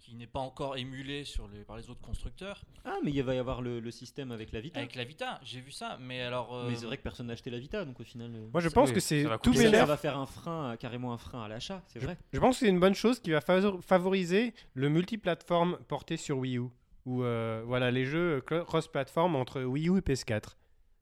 qui n'est pas encore émulé sur les, par les autres constructeurs. Ah, mais il va y avoir le, le système avec la Vita. Avec la Vita, j'ai vu ça, mais alors. euh, Mais c'est vrai que personne n'a acheté la Vita, donc au final. euh, Moi, je ça- pense oui, que ça c'est va tout coûter ça, cher. ça bénef. va faire un frein, euh, carrément un frein à l'achat, c'est Je, vrai. je pense que c'est une bonne chose qui va fa- favoriser le multiplateforme porté sur Wii U. Ou euh, voilà, les jeux cl- cross-platform entre Wii U et P S quatre.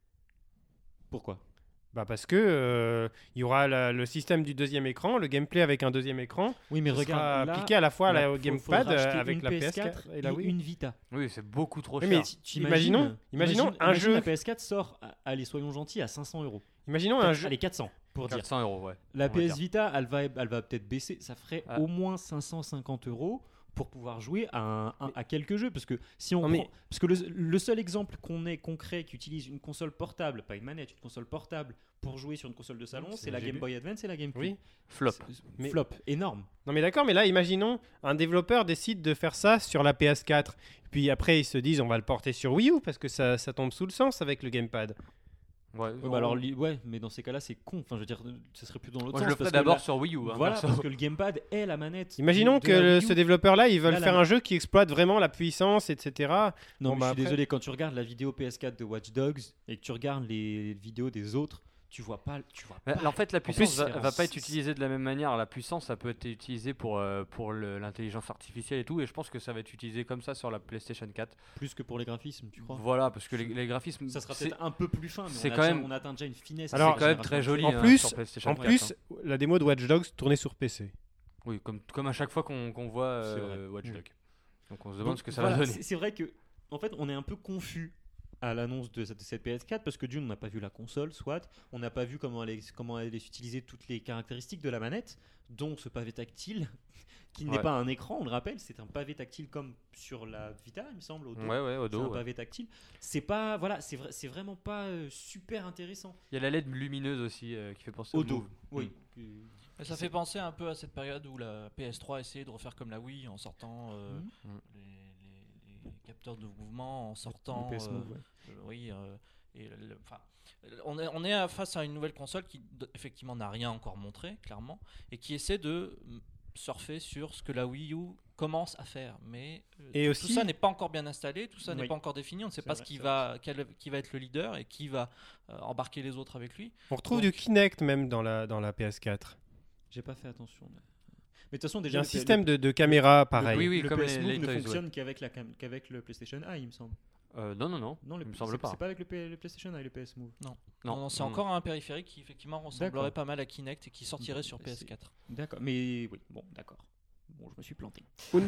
Pourquoi? Bah parce que euh, il y aura la- le système du deuxième écran, le gameplay avec un deuxième écran, Oui, mais qui regarde, sera là, appliqué à la fois là, là, au faut- gamepad faudra acheter euh, avec une la P S P S quatre et la et Wii. une Vita. Oui, c'est beaucoup trop Oui, cher. mais T'imagines- imaginons, imaginons imagine- un imagine jeu, La P S quatre sort, à- allez, soyons gentils, à cinq cents euros. imaginons un jeu. Allez, quatre cents pour dire. quatre cents euros, ouais. La on va P S dire. Vita, elle va, elle va peut-être baisser. Ça ferait Ah. au moins cinq cent cinquante euros pour pouvoir jouer à, un- un- à quelques jeux. Parce que si on Non, mais- prend- parce que le, le seul exemple qu'on ait concret qui utilise une console portable, pas une manette, une console portable pour jouer sur une console de salon, Oui, c'est c'est la le Game G B. Boy Advance et la GameCube. Oui. Flop. C'est- Mais- Flop, énorme. Non mais d'accord, mais là imaginons un développeur décide de faire ça sur la P S quatre. Puis après ils se disent on va le porter sur Wii U parce que ça, ça tombe sous le sens avec le gamepad. Ouais, Ouais, on- bah alors, li- ouais, mais dans ces cas-là, c'est con. Enfin, je veux dire, ce serait plus dans l'autre moi, sens. je le parce ferais que d'abord la- sur Wii U. hein, Voilà, perso. parce que le gamepad est la manette. Imaginons de que la le- Wii U. ce développeur-là ils veulent Là, la faire ma- un jeu qui exploite vraiment la puissance, et cetera. Non, Bon, mais bah, je suis après- désolé, quand tu regardes la vidéo P S quatre de Watch Dogs et que tu regardes les vidéos des autres, tu vois pas. Tu vois Mais pas. en fait, la plus, puissance va, c'est- va pas être utilisée de la même manière. La puissance, ça peut être utilisé pour, euh, pour le- l'intelligence artificielle et tout. Et je pense que ça va être utilisé comme ça sur la PlayStation quatre. Plus que pour les graphismes, tu crois? Voilà, parce que les, les graphismes. Ça sera c'est- peut-être un peu plus fin, mais c'est on, a quand déjà- même- on atteint déjà une finesse. Alors, c'est quand même très joli. En hein, plus- sur PlayStation En quatre, plus, hein. la démo de Watch Dogs tournait sur P C. Oui, comme, comme à chaque fois qu'on qu'on voit euh, C'est vrai. Watch Oui. Dogs. Donc on se demande Donc, ce que ça voilà, va donner. c'est- C'est vrai que, en fait, on est un peu confus à l'annonce de cette, de cette P S quatre parce que d'une, on n'a pas vu la console, soit, on n'a pas vu comment elle, est- comment elle est utilisée toutes les caractéristiques de la manette, dont ce pavé tactile qui n'est Ouais. pas un écran, on le rappelle, c'est un pavé tactile comme sur la Vita, il me semble, au dos. Ouais, ouais, au C'est dos. un ouais. pavé tactile. C'est pas, voilà, c'est vrai, c'est vraiment pas euh, super intéressant. Il y a la L E D lumineuse aussi euh, qui fait penser Au au dos, Move. oui. Mm. Mais ça C'est- fait penser un peu à cette période où la P S trois essayait de refaire comme la Wii en sortant euh, Mhm. les, les- les capteurs de mouvement, en sortant. Le P S euh, Move, ouais. euh, oui, euh, et le- enfin, on est, on est à- face à une nouvelle console qui d- effectivement n'a rien encore montré, clairement, et qui essaie de mm, surfer sur ce que la Wii U commence à faire. Mais euh, Et tout aussi- ça n'est pas encore bien installé, tout ça n'est Oui. pas encore défini, on ne sait C'est pas vrai, ce qui c'est va, quel- qui va être le leader et qui va euh, embarquer les autres avec lui. On retrouve Donc- du Kinect même dans la, dans la P S quatre. J'ai pas fait attention. Mais mais de toute façon, Il y déjà, a un le P- système le- de, de caméra pareil. Oui, oui, le comme P S les- Move les ne toys, ouais. fonctionne qu'avec la cam- qu'avec le PlayStation Eye, il me semble. Euh, non, non, non. Non, le, il me c'est- semble pas. C'est pas avec le, P- le PlayStation Eye, le P S Move. Non, Non, non, c'est non. encore un périphérique qui effectivement ressemblerait D'accord. pas mal à Kinect et qui sortirait sur C'est- P S quatre. D'accord, mais oui, bon, d'accord. Bon, je me suis planté. Un-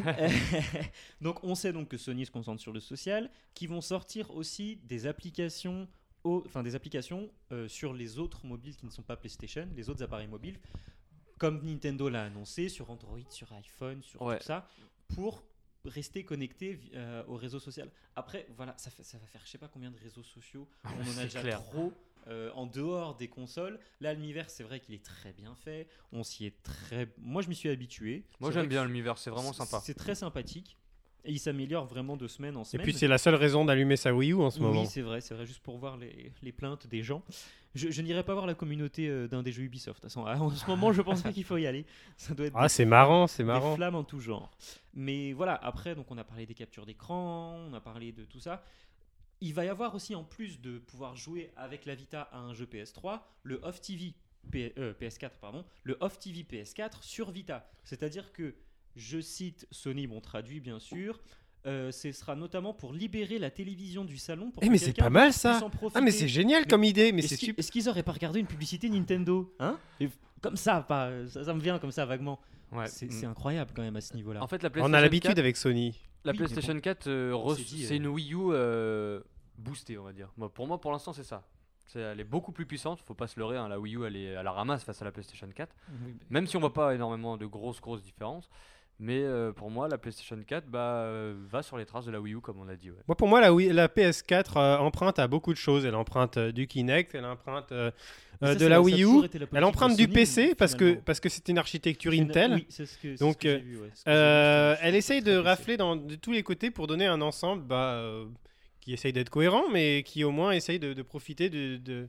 Donc, on sait donc que Sony se concentre sur le social, qui vont sortir aussi des applications, au- enfin des applications euh, sur les autres mobiles qui ne sont pas PlayStation, les autres appareils mobiles, comme Nintendo l'a annoncé sur Android, sur iPhone, sur Ouais. tout ça, pour rester connecté euh, au réseau social. Après, voilà, ça, fait- ça va faire je sais pas combien de réseaux sociaux. On en a C'est déjà clair. trop. euh, en dehors des consoles, là, l'univers, c'est vrai qu'il est très bien fait. On s'y est très. Moi, je m'y suis habitué. Moi C'est j'aime vrai bien que l'univers, c'est vraiment c'est- sympa. C'est très sympathique. Et il s'améliore vraiment de semaine en Et semaine. puis c'est la seule raison d'allumer sa Wii U en ce moment. Oui, c'est vrai, c'est vrai, juste pour voir les, les plaintes des gens. Je, je n'irai pas voir la communauté euh, d'un des jeux Ubisoft. De toute façon, en ce moment, je pense pas qu'il faut y aller. Ça doit être Ah, c'est marrant, c'est des marrant. flammes en tout genre. Mais voilà, après, donc on a parlé des captures d'écran, on a parlé de tout ça. Il va y avoir aussi, en plus de pouvoir jouer avec la Vita à un jeu P S trois, le Off T V P- euh, P S quatre, pardon, le Off T V P S quatre sur Vita. C'est-à-dire que, je cite Sony, bon traduit bien sûr, euh, ce sera notamment pour libérer la télévision du salon. Pour Eh que mais c'est quelqu'un pas mal puisse ça. en profiter. Ah mais c'est génial Mais comme idée, mais Est-ce c'est qu'ils- super. est-ce qu'ils auraient pas regardé une publicité Nintendo, hein Et Comme ça, pas, ça, ça me vient comme ça vaguement. Ouais. C'est Mm. c'est incroyable quand même à ce niveau-là. En fait, la On PlayStation a l'habitude quatre, avec Sony. la Oui, mais PlayStation bon. quatre, euh, On re- s'est dit, c'est euh, une Wii U euh, boostée, on va dire. Moi, pour moi, pour l'instant, c'est ça. C'est- elle est beaucoup plus puissante, faut pas se leurrer. hein, La Wii U, elle est à la ramasse face à la PlayStation quatre. Oui, mais- Même si on voit pas énormément de grosses, grosses différences. Mais euh, pour moi, la PlayStation quatre bah, euh, va sur les traces de la Wii U, comme on a dit. Ouais. Moi, pour moi, la, Wii- la P S quatre euh, emprunte à beaucoup de choses. Elle emprunte euh, du Kinect, elle emprunte euh, Mais euh, ça, de c'est- la ça a Wii toujours U, été la elle politique emprunte de du Sony, P C parce que finalement. parce que c'est une architecture Fina- Intel. Oui, c'est ce que, c'est ce Donc, que j'ai euh, vu, ouais, ce que Euh, j'ai vu, c'est- elle c'est essaye très de P C. rafler dans, de tous les côtés pour donner un ensemble bah, euh, qui essaye d'être cohérent, mais qui au moins essaye de, de profiter de, de,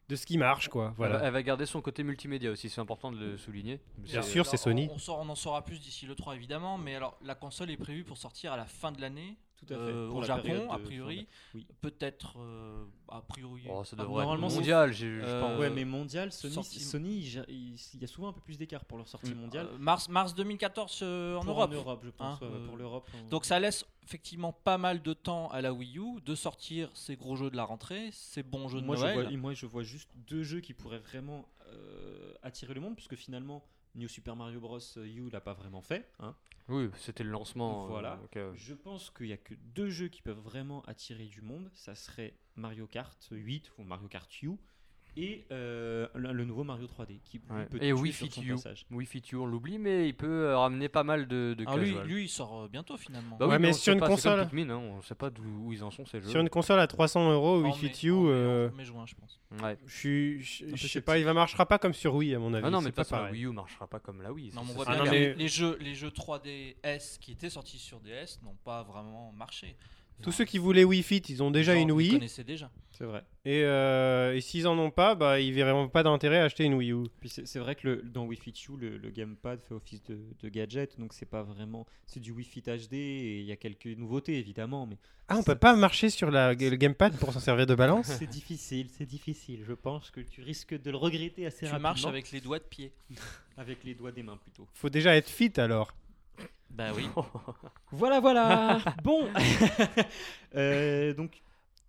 de ce qui marche, quoi. Elle, va, Voilà. elle va garder son côté multimédia aussi, c'est important de le souligner. Bien C'est- sûr, Alors, c'est Sony. On, on, sort- on en saura plus d'ici le trois évidemment, mais alors la console est prévue pour sortir à la fin de l'année. Tout à fait. Euh, Pour au la Japon, période a de- priori, oui. peut-être euh, a priori. Oh, ça pas- devrait normalement, être c'est- mondial, j'ai- je Euh, pense. Ouais, mais mondial, Sony, sorti- Sony, il gère- il il y a souvent un peu plus d'écart pour leur sortie Mm. mondiale. Euh, mars, mars deux mille quatorze euh, en Pour Europe. En Europe, je pense. Hein, ouais, ouais, euh, pour l'Europe. hein. Donc ça laisse effectivement pas mal de temps à la Wii U de sortir ces gros jeux de la rentrée, ces bons jeux de moi, je Noël. vois, moi, je vois juste deux jeux qui pourraient vraiment euh, attirer le monde, puisque finalement, New Super Mario Bros. U l'a pas vraiment fait. hein. Oui, c'était le lancement. euh, Voilà. donc, euh, Je pense qu'il y a que deux jeux qui peuvent vraiment attirer du monde. Ça serait Mario Kart huit ou Mario Kart U et euh, le, le nouveau Mario trois D qui lui, Ouais. peut Et tuer Wii sur Fit son U. passage. Wii Fit U, on l'oublie, mais il peut euh, ramener pas mal de, de Ah, lui, casual. lui, il sort euh, bientôt finalement. Bah oui, Ouais, mais on sur sait une pas, c'est comme console- Pikmin, hein, on sait pas d'où où ils en sont ces jeux. Sur une console à trois cents euros, En Wii mai- Fit You, en mai- euh, en mai-juin, je pense. Ouais. je suis, je, peu je sais sceptique. pas, il va marchera pas comme sur Wii à mon avis. Ah non, mais c'est de pas toute façon, la pareil. Wii U marchera pas comme la Wii. Non, ça, mais on ça, voit c'est Ah bien non, que mais- les, jeux, les jeux trois D S qui étaient sortis sur D S n'ont pas vraiment marché. Tous ceux qui voulaient Wii Fit, ils ont déjà Genre, une ils Wii. connaissaient déjà. C'est vrai. Et, euh, et s'ils en ont pas, bah, ils verront pas d'intérêt à acheter une Wii U. Puis c'est c'est vrai que le, dans Wii Fit U, le, le gamepad fait office de, de gadget, donc c'est pas vraiment. C'est du Wii Fit H D et il y a quelques nouveautés évidemment, mais Ah, on peut pas marcher sur la, le gamepad pour s'en servir de balance. c'est difficile, c'est difficile. Je pense que tu risques de le regretter assez Tu rapidement. marches avec les doigts de pied. avec les doigts des mains plutôt. Faut déjà être fit alors. Bah oui. Voilà, voilà. Bon. Euh, donc,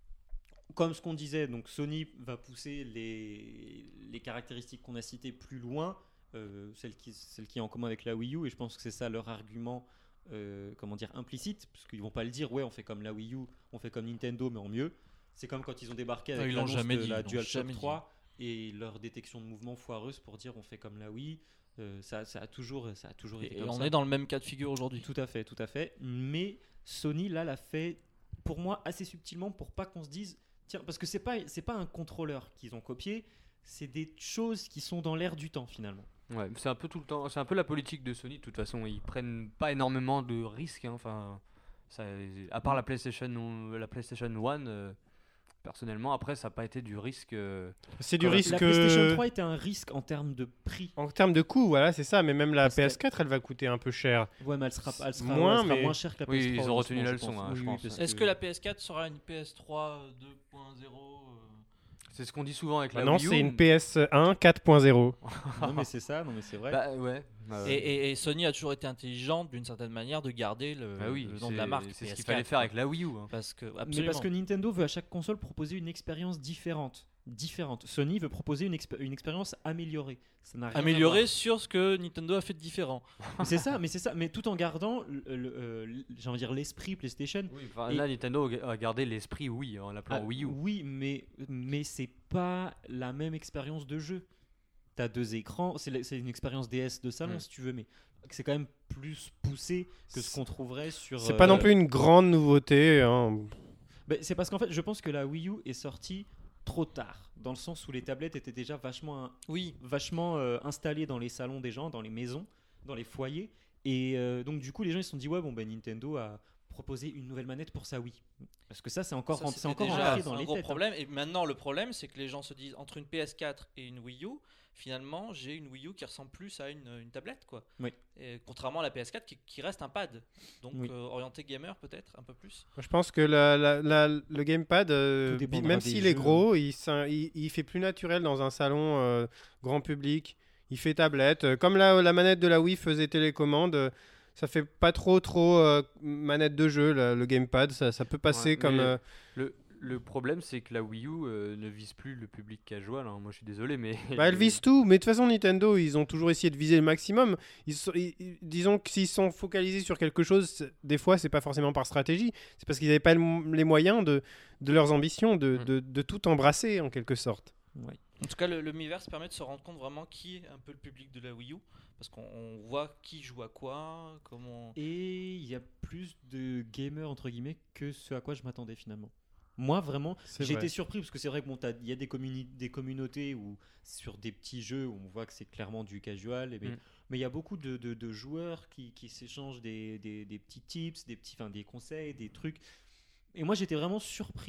comme ce qu'on disait, donc Sony va pousser les, les caractéristiques qu'on a citées plus loin, euh, celles qui, celles qui est en commun avec la Wii U, et je pense que c'est ça leur argument, euh, comment dire, implicite, parce qu'ils vont pas le dire, ouais, on fait comme la Wii U, on fait comme Nintendo, mais en mieux. C'est comme quand ils ont débarqué Non, avec ils l'ont l'annonce jamais de dit, la ils l'ont DualShock jamais dit. trois et leur détection de mouvement foireuse pour dire on fait comme la Wii. Euh, ça, ça a toujours, ça a toujours été Et comme on ça. est dans le même cas de figure aujourd'hui. Tout à fait, tout à fait. Mais Sony là l'a fait pour moi assez subtilement pour pas qu'on se dise tiens, parce que c'est pas c'est pas un contrôleur qu'ils ont copié, c'est des choses qui sont dans l'air du temps finalement. Ouais, c'est un peu tout le temps, c'est un peu la politique de Sony de toute façon, ils prennent pas énormément de risques, hein, enfin, ça, à part la PlayStation, la PlayStation un, euh, personnellement, après ça n'a pas été du risque. euh, C'est du Quand la- risque. La PlayStation euh, trois était un risque en termes de prix. En termes de coût, voilà, c'est ça. Mais même la Parce que- P S quatre, elle va coûter un peu cher. Ouais, mais elle sera, elle sera, Moins, ouais, elle sera mais- moins chère que la Oui, P S trois. ils ont retenu honnêtement, la je leçon, pense. hein, Oui, je oui, pense. parce Est-ce que la P S quatre sera une P S trois deux point zéro euh, C'est ce qu'on dit souvent avec la Ah non, Wii U. c'est une P S un quatre point zéro. Non, mais c'est ça, non, mais c'est vrai. Bah ouais. bah ouais. et, et- et Sony a toujours été intelligente d'une certaine manière de garder le, Bah oui, le nom de c'est- la marque. C'est ce P S qu'il quatre, fallait faire avec la Wii U. hein. Parce que, Mais absolument. parce que Nintendo veut à chaque console proposer une expérience différente. différente. Sony veut proposer une, expé- une expérience améliorée. Ça n'a rien à Améliorer sur ce que Nintendo a fait de différent. voir. Mais c'est ça, mais c'est ça, mais tout en gardant, le- le- euh, l- j'ai envie de dire l'esprit PlayStation. Oui, enfin, Et- là, Nintendo a gardé l'esprit Wii en l'appelant Ah, Wii U. Oui, mais mais c'est pas la même expérience de jeu. T'as deux écrans, c'est la- c'est une expérience D S de salon Mm. si tu veux, mais c'est quand même plus poussé que ce qu'on trouverait sur. C'est pas non euh, plus une grande nouveauté. hein. Ben, c'est parce qu'en fait, je pense que la Wii U est sortie trop tard, dans le sens où les tablettes étaient déjà vachement, in- Oui, vachement euh, installées dans les salons des gens, dans les maisons, dans les foyers. Et euh, donc, du coup, les gens ils se sont dit, ouais, bon, ben Nintendo a proposé une nouvelle manette pour sa Wii. Parce que ça, c'est encore, ça, ren- c'est c'était encore déjà rentré dans un les gros têtes. hein. problème. Et maintenant, le problème, c'est que les gens se disent entre une P S quatre et une Wii U, finalement, j'ai une Wii U qui ressemble plus à une, une tablette, quoi. Oui. Et contrairement à la P S quatre qui, qui reste un pad. Donc, Oui. euh, orienté gamer, peut-être, un peu plus. Je pense que la- la- la- le gamepad, euh, Tout dépendra même des s'il jeux. est gros, il, s'in- il- il fait plus naturel dans un salon euh, grand public. Il fait tablette. Euh, Comme la, la manette de la Wii faisait télécommande, euh, ça fait pas trop trop euh, manette de jeu, la- le gamepad. Ça, ça peut passer Ouais, comme... mais- euh, Le, le problème, c'est que la Wii U euh, ne vise plus le public casual. hein. Moi, je suis désolé, mais. Bah, elle vise tout, mais de toute façon, Nintendo, ils ont toujours essayé de viser le maximum. Ils sont- ils- ils- disons que s'ils sont focalisés sur quelque chose, c'est- des fois, c'est pas forcément par stratégie, c'est parce qu'ils n'avaient pas le mo- les moyens de, de leurs ambitions, de, Mm. de- de tout embrasser en quelque sorte. Ouais. En tout cas, le, le Miiverse permet de se rendre compte vraiment qui est un peu le public de la Wii U. Parce qu'on on voit qui joue à quoi, comment. Et il y a plus de gamers, entre guillemets, que ce à quoi je m'attendais finalement. Moi, vraiment, C'est j'ai vrai. été surpris parce que c'est vrai qu'il bon, t'as- y a des, communi- des communautés où sur des petits jeux où on voit que c'est clairement du casual, et mais Mm. mais il y a beaucoup de, de- de joueurs qui, qui s'échangent des, des- des petits tips, des, petits, enfin, des conseils, des trucs. Et moi, j'étais vraiment surpris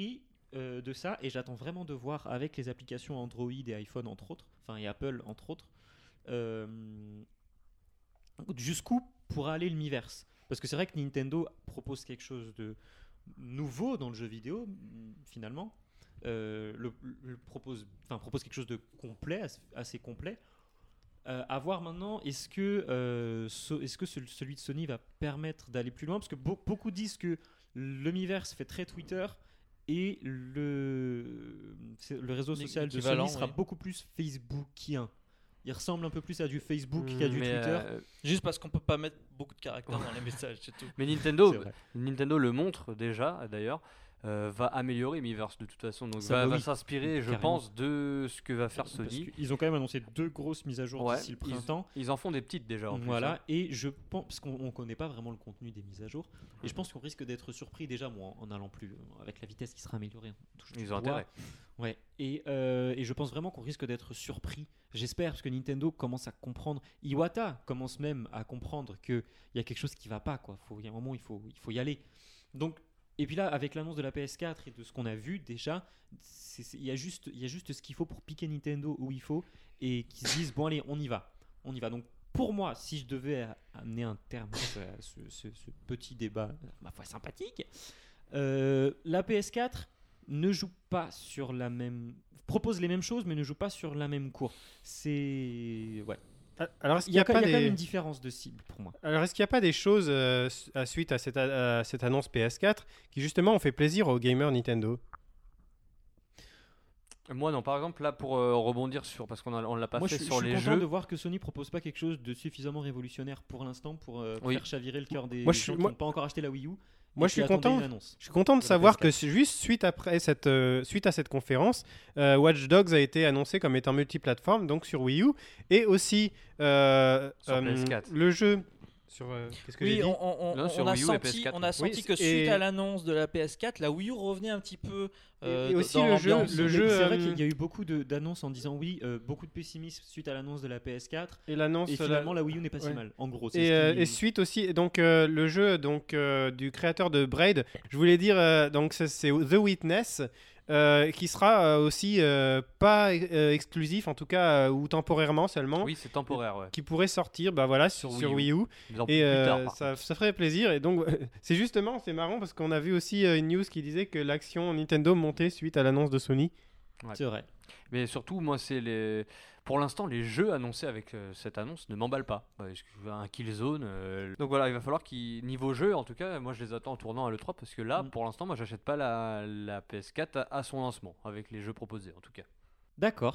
euh, de ça et j'attends vraiment de voir avec les applications Android et iPhone entre autres, enfin et Apple entre autres, euh, jusqu'où pourra aller le Miiverse. Parce que c'est vrai que Nintendo propose quelque chose de nouveau dans le jeu vidéo, finalement. Euh, le, le propose, enfin, propose quelque chose de complet, assez, assez complet. Euh, à voir maintenant, est-ce que, euh, so, est-ce que ce, celui de Sony va permettre d'aller plus loin? Parce que be- beaucoup disent que le Miiverse fait très Twitter et le, c'est- le réseau social de L'équivalent, Sony sera oui. beaucoup plus Facebookien. Il ressemble un peu plus à du Facebook Mm, qu'à du mais, Twitter. euh, Juste parce qu'on peut pas mettre beaucoup de caractères dans les messages, c'est tout. mais Nintendo, C'est vrai. Nintendo le montre déjà d'ailleurs. euh, va améliorer Miiverse de toute façon, donc Ça, va, bah va oui, s'inspirer, je carrément. pense, de ce que va faire Parce Sony. qu'ils ont quand même annoncé deux grosses mises à jour Ouais, d'ici le ils- printemps. Ils en font des petites déjà. En plus, Voilà, hein. et je pense, parce qu'on ne connaît pas vraiment le contenu des mises à jour, et je pense qu'on risque d'être surpris déjà, moi, en allant plus, avec la vitesse qui sera améliorée. on touche du Ils ont bois. intérêt. Ouais, et, euh, et je pense vraiment qu'on risque d'être surpris. J'espère, parce que Nintendo commence à comprendre. Iwata commence même à comprendre qu'il y a quelque chose qui va pas, quoi. Faut, il y a un moment, il faut, il faut y aller. Donc, et puis là, avec l'annonce de la P S quatre et de ce qu'on a vu déjà, c'est- c'est- il y a juste, il y a juste ce qu'il faut pour piquer Nintendo où il faut et qu'ils se disent bon allez, on y va, on y va. Donc pour moi, si je devais a- amener un terme à ce, à ce- ce- ce petit débat, ma foi sympathique, euh, la P S quatre ne joue pas sur la même, propose les mêmes choses, mais ne joue pas sur la même cour. C'est ouais. Alors, est-ce Il qu'il y y a, a quand- pas il y a quand même des... une différence de cible pour moi. Alors, est-ce qu'il n'y a pas des choses euh, s- à suite à cette, à cette annonce P S quatre qui justement ont fait plaisir aux gamers Nintendo? Moi non, par exemple là pour euh, rebondir sur, parce qu'on a- on l'a pas Moi, fait je, sur je suis les content jeux. de voir que Sony propose pas quelque chose de suffisamment révolutionnaire pour l'instant pour euh, Oui. faire chavirer le cœur des Moi, je gens suis- qui moi- n'ont pas encore acheté la Wii U. Moi, et je suis qui attendaient content. une annonce. Je suis content de De la savoir P S que quatre. c'est juste suite, après cette, euh, suite à cette conférence, euh, Watch Dogs a été annoncé comme étant multiplateforme, donc sur Wii U, et aussi euh, Sur euh, P S quatre. le jeu sur... euh, qu'est-ce que j'ai Oui, dit on, on- on- Non, sur on a Wii U et senti, P S quatre. on a senti Oui, que suite et- à l'annonce de la P S quatre, la Wii U revenait un petit peu euh, Et- et aussi dans le jeu- l'ambiance. le Mais jeu, c'est vrai euh, qu'il y a eu beaucoup de- d'annonces en disant oui, euh, beaucoup de pessimisme suite à l'annonce de la P S quatre. Et l'annonce... Et la- finalement, la Wii U n'est pas si ouais. mal. En gros, c'est Et, ce euh, qui- et suite aussi, donc euh, le jeu donc euh, du créateur de Braid, je voulais dire euh, donc c'est c'est The Witness, euh, qui sera euh, aussi euh, pas euh, exclusif en tout cas euh, ou temporairement seulement, Oui, c'est temporaire, ouais. qui pourrait sortir bah voilà sur, Sur sur Wii Wii U. Mais en Et plus euh, tard, par ça, ça ferait plaisir. Et donc, c'est justement, c'est marrant parce qu'on a vu aussi euh, une news qui disait que l'action Nintendo montait suite à l'annonce de Sony. C'est vrai. Mais surtout, moi, c'est les. Pour l'instant, les jeux annoncés avec euh, cette annonce ne m'emballent pas. Ouais, parce que je veux un Killzone. euh, Donc voilà, il va falloir qu'il. Niveau jeu, en tout cas, moi je les attends en tournant à l'E trois parce que là, Mm. pour l'instant, moi j'achète pas la, la P S quatre à, à son lancement avec les jeux proposés en tout cas. D'accord.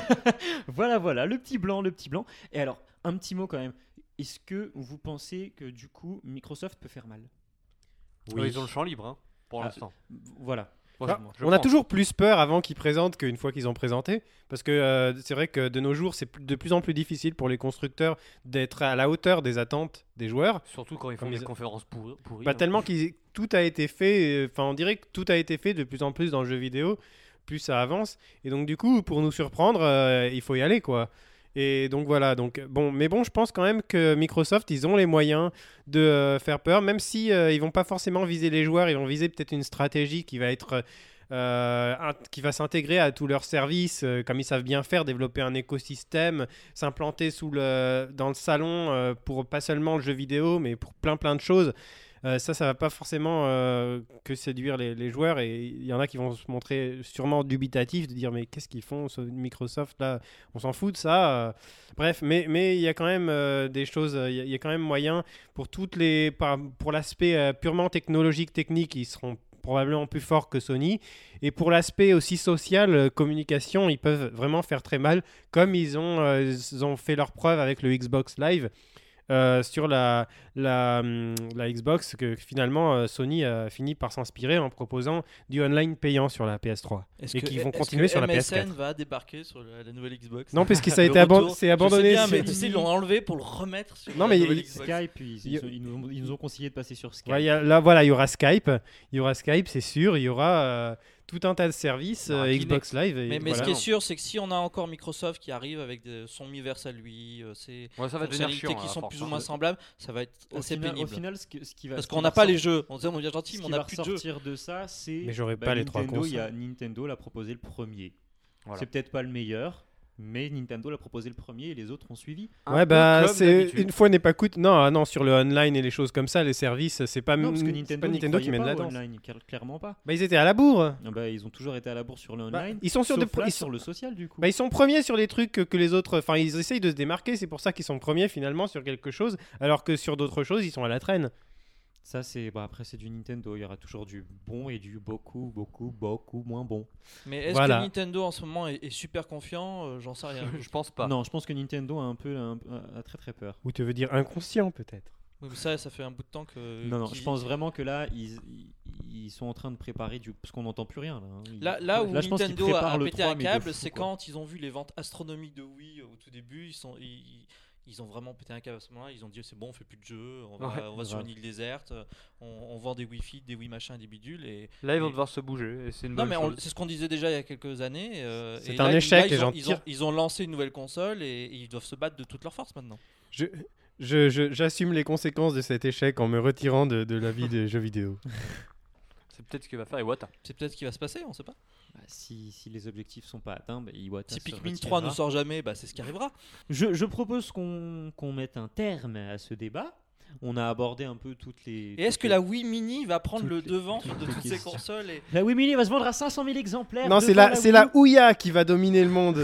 voilà, voilà, le petit blanc, le petit blanc. Et alors, un petit mot quand même. Est-ce que vous pensez que du coup, Microsoft peut faire mal? Ouais, ils ont le champ libre hein, pour Ah, l'instant. Voilà. Moi, Ah, je- je on a pense. toujours plus peur avant qu'ils présentent qu'une fois qu'ils ont présenté. Parce que euh, c'est vrai que de nos jours, c'est plus- de plus en plus difficile pour les constructeurs d'être à la hauteur des attentes des joueurs. Surtout quand ils font Comme des ils- conférences pourri- pourries. Bah, hein. tellement que tout a été fait, enfin on dirait que tout a été fait de plus en plus dans le jeu vidéo, plus ça avance. Et donc du coup, pour nous surprendre, euh, il faut y aller quoi. Et donc voilà, donc bon, mais bon, je pense quand même que Microsoft, ils ont les moyens de euh, faire peur, même si euh, ils vont pas forcément viser les joueurs, ils vont viser peut-être une stratégie qui va être euh, int- qui va s'intégrer à tous leurs services, euh, comme ils savent bien faire, développer un écosystème, s'implanter sous le dans le salon euh, pour pas seulement le jeu vidéo, mais pour plein plein de choses. Euh, ça, ça va pas forcément euh, que séduire les, les joueurs, et il y en a qui vont se montrer sûrement dubitatifs de dire mais qu'est-ce qu'ils font ce Microsoft là, on s'en fout de ça. euh. Bref, mais mais il y a quand même euh, des choses, il y, a- il y a quand même moyen pour toutes les par- pour l'aspect euh, purement technologique technique, ils seront probablement plus forts que Sony, et pour l'aspect aussi social, euh, communication, ils peuvent vraiment faire très mal, comme ils ont euh, ils ont fait leur preuve avec le Xbox Live. Euh, sur la, la, hum, la Xbox, que finalement euh, Sony a fini par s'inspirer en proposant du online payant sur la P S trois. Est-ce Et que- qui vont est-ce continuer que sur la P S M S quatre. N va débarquer sur la, la nouvelle Xbox. Non, parce que ça a Le été aban- retour. c'est abandonné. Je sais bien, sur- mais tu sais, ils l'ont enlevé pour le remettre sur Non, la mais nouvelle il- Xbox. Skype, ils, Il y a- ils- ils nous, ont- ils nous ont conseillé de passer sur Skype. Ouais, il y a- là, voilà, il y aura Skype. Il y aura Skype, c'est sûr. Il y aura euh, tout un tas de services, Il y aura euh, Kinect. Xbox Live. Et Mais, mais voilà. ce qui est sûr, c'est que si on a encore Microsoft qui arrive avec de- son Miiverse à lui, euh, ses Ouais, ça va devenir fonctionnalités chiant. qui à sont force, plus ou hein. moins semblables, ça va être Au assez final, pénible. au final, ce, que- ce qui va Parce ce qu'on qui n'a va pas les ressortir- jeux. On disait, on est bien gentil, Ce mais qui on n'a va plus de jeux. ressortir de ça, c'est. Mais j'aurais bah, pas les trois Nintendo, il y a consoles. Nintendo l'a proposé le premier. Voilà. C'est peut-être pas le meilleur, mais Nintendo l'a proposé le premier et les autres ont suivi. Un Ouais, peu bah, comme c'est d'habitude. une fois n'est pas coûte. Non, ah non, sur le online et les choses comme ça, les services, c'est pas, Non, parce que c'est Nintendo, pas n'y Nintendo qui croyait mène pas la au danse. online, car- clairement pas. Bah, ils étaient à la bourre. Ah bah, ils ont toujours été à la bourse sur le Bah, online. ils sont sur sauf de- là, ils sur sont- le social du coup. Bah, ils sont premiers sur des trucs que, que les autres. Enfin, ils essayent de se démarquer. C'est pour ça qu'ils sont premiers finalement sur quelque chose, alors que sur d'autres choses, ils sont à la traîne. Ça c'est bah, après c'est du Nintendo, il y aura toujours du bon et du beaucoup beaucoup beaucoup moins bon. Mais est-ce Voilà. que Nintendo en ce moment est, est super confiant Euh, J'en sais rien. Je pense pas. Non, je pense que Nintendo a un peu un- a très très peur. Ou tu veux dire inconscient peut-être. Oui, mais ça, ça fait un bout de temps que. Non non, qu'ils- je pense vraiment que là ils, ils, ils sont en train de préparer du parce qu'on n'entend plus rien là. hein. Ils- Là, là où je pense qu'ils Nintendo a, préparent a le pété trois, un mais de câble, fou, c'est quoi. quand ils ont vu les ventes astronomiques de Wii au tout début. Ils, sont, ils, ils ont vraiment pété un câble à ce moment-là. Ils ont dit c'est bon, on fait plus de jeux, on va, Ouais, on va sur grave. une île déserte, on, on vend des Wi-Fi, des Wii machin, des bidules. Et... Là, ils vont Et- devoir se bouger. Et c'est une Non, bonne mais on- chose. c'est ce qu'on disait déjà il y a quelques années. euh, C'est et un là, échec, là, les ils, gens ont, ils, ont, tirent. ils ont lancé une nouvelle console et, et ils doivent se battre de toute leur force maintenant. Je, je, je- j'assume les conséquences de cet échec en me retirant de, de la vie des jeux vidéo. C'est peut-être ce que va faire Iwata. C'est peut-être ce qui va se passer, on sait pas. Bah, si, si les objectifs sont pas atteints, bah, Iwata Si se Pikmin retirera. trois ne sort jamais, bah, c'est ce qui arrivera. Je, je propose qu'on qu'on mette un terme à ce débat. On a abordé un peu toutes les. Et est-ce toutes que les- la Wii Mini va prendre toutes le les- devant toutes de les toutes ces questions. consoles et... La Wii Mini va se vendre à cinq cent mille exemplaires. Non, c'est devant la, c'est Wii. la Ouya qui va dominer le monde.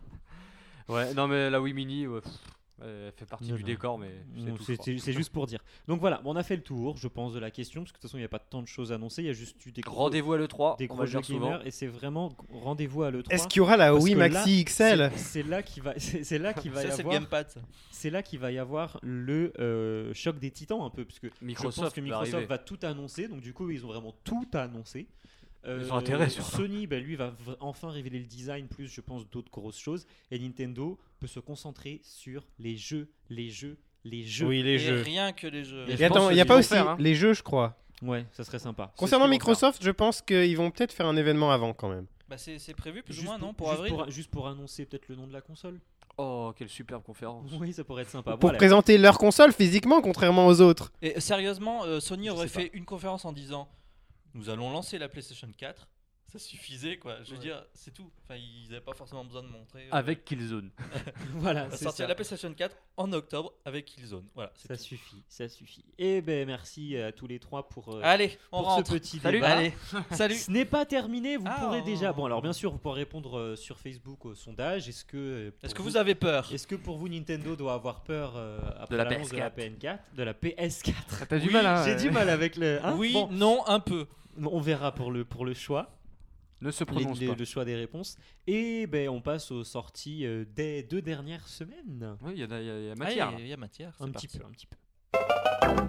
Ouais, non, mais la Wii Mini, ouais, pff, elle fait partie Non, du non. décor, mais c'est Non, tout. c'est- je crois. C'est c'est juste pour dire. Donc voilà, on a fait le tour, je pense, de la question, parce que de toute façon, il n'y a pas tant de choses à annoncer. Il y a juste eu des gros, Rendez-vous à l'E trois, des on gros va le jeux dire souvent. gamers, et c'est vraiment rendez-vous à l'E trois. Est-ce qu'il y aura la Parce Wii que là, Maxi X L? C'est c'est là qu'il va, c'est c'est là qu'il va y Ça, c'est le avoir. gamepad. ça. C'est là qu'il va y avoir le euh, choc des titans un peu, parce que je pense Microsoft que va Microsoft arriver. va tout annoncer, donc du coup ils ont vraiment tout annoncé. Euh, Ils ont intérêt, surtout. Sony, bah, lui va v- enfin révéler le design plus, je pense, d'autres grosses choses, et Nintendo peut se concentrer sur les jeux, les jeux, les jeux. Oui, les Et jeux. rien que les jeux. Et Et je attends, pense il n'y a qu'ils pas vont aussi faire, hein. les jeux, je crois. Ouais, ça serait sympa. Concernant ce qu'ils vont Microsoft, je pense qu'ils vont peut-être faire un événement avant quand même. Bah, c'est c'est prévu plus ou Juste moins, non, pour juste avril. pour, juste pour annoncer peut-être le nom de la console. Oh, quelle superbe conférence. Oui, ça pourrait être sympa. Pour Voilà. présenter leur console physiquement, contrairement aux autres. Et sérieusement, euh, Sony Je aurait sais fait une conférence en disant nous allons lancer la PlayStation quatre. Ça suffisait quoi. Je veux Ouais. dire, c'est tout. Enfin, ils n'avaient pas forcément besoin de montrer. euh, Avec Killzone. Voilà, on va c'est sortir ça. la PlayStation quatre en octobre avec Killzone. Voilà, c'est Ça tout. suffit, ça suffit. Et ben merci à tous les trois pour, euh, Allez, on pour ce rentre. petit Salut. débat. Allez, salut. Ce n'est pas terminé, vous Ah, pourrez oh. déjà. Bon, alors bien sûr, vous pourrez répondre euh, sur Facebook au sondage. Est-ce que, euh, pour Est-ce que vous avez peur est-ce que pour vous Nintendo doit avoir peur euh, après De la l'annonce P S de la quatre. P N quatre, de la P S quatre? T'as du Oui, mal, hein J'ai euh, du mal avec le. hein Oui, Bon, non, un peu. on verra pour le pour le choix, Ne se les- prononce les- pas. le choix des réponses. Et ben on passe aux sorties euh, des deux dernières semaines. Oui, il y, a- il y a- il y a Ah, matière. Il y, a- il y a matière. Un c'est petit parti. peu, un petit peu.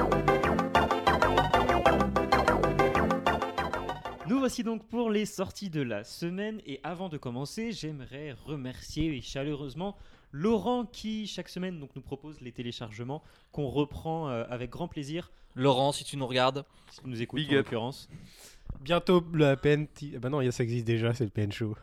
Nous voici donc pour les sorties de la semaine, et avant de commencer, j'aimerais remercier chaleureusement Laurent qui chaque semaine donc nous propose les téléchargements qu'on reprend euh, avec grand plaisir, Laurent, si tu nous regardes. si tu nous écoutes Big en up. l'occurrence. Bientôt le P N T. Ah bah non, ça existe déjà, c'est le P N Show.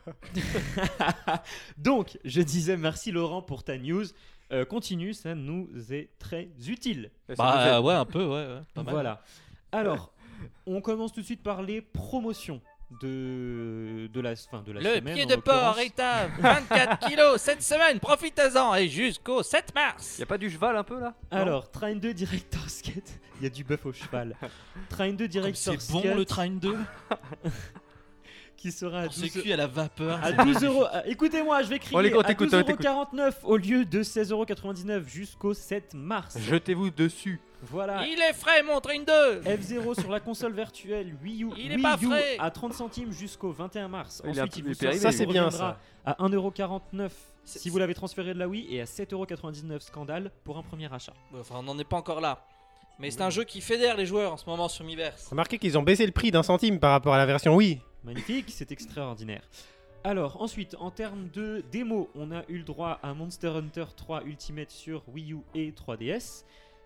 Donc je disais merci Laurent pour ta news. Euh, continue, ça nous est très utile. Et ça nous Bah aide. ouais, un peu, ouais. ouais, pas mal. Voilà. Alors, on commence tout de suite par les promotions de, de la, fin, de la Le semaine. pied en de porc l'occurrence. est à vingt-quatre kilos cette semaine. Profitez-en et jusqu'au sept mars. Y a pas du cheval un peu là Non Alors, Train deux Director's Cut. Il y a du bœuf au cheval. Train deux Comme Director's c'est bon Cut le train deux. qui sera à On s'est douze cuit à la vapeur. à c'est douze euros. Ah, écoutez-moi, je vais crier Oh, les gars, à t'écoutes, douze euros t'écoutes. quarante-neuf au lieu de seize euros quatre-vingt-dix-neuf jusqu'au sept mars. Jetez-vous dessus. Voilà. Il est frais mon train deux. F zéro sur la console virtuelle Wii U, Il est Wii pas U frais. à trente centimes jusqu'au vingt et un mars. Il est un Ensuite, peu il vous périmé, sort- Ça, c'est il bien, reviendra ça. à un euro quarante-neuf C'est- si vous l'avez transféré de la Wii et à sept euros quatre-vingt-dix-neuf scandale pour un premier achat. Enfin, on n'en est pas encore là. Mais c'est un jeu qui fédère les joueurs en ce moment sur Miiverse. Remarquez qu'ils ont baissé le prix d'un centime par rapport à la version Wii. Magnifique, c'est extraordinaire. Alors ensuite, en termes de démo, on a eu le droit à Monster Hunter trois Ultimate sur Wii U et trois D S.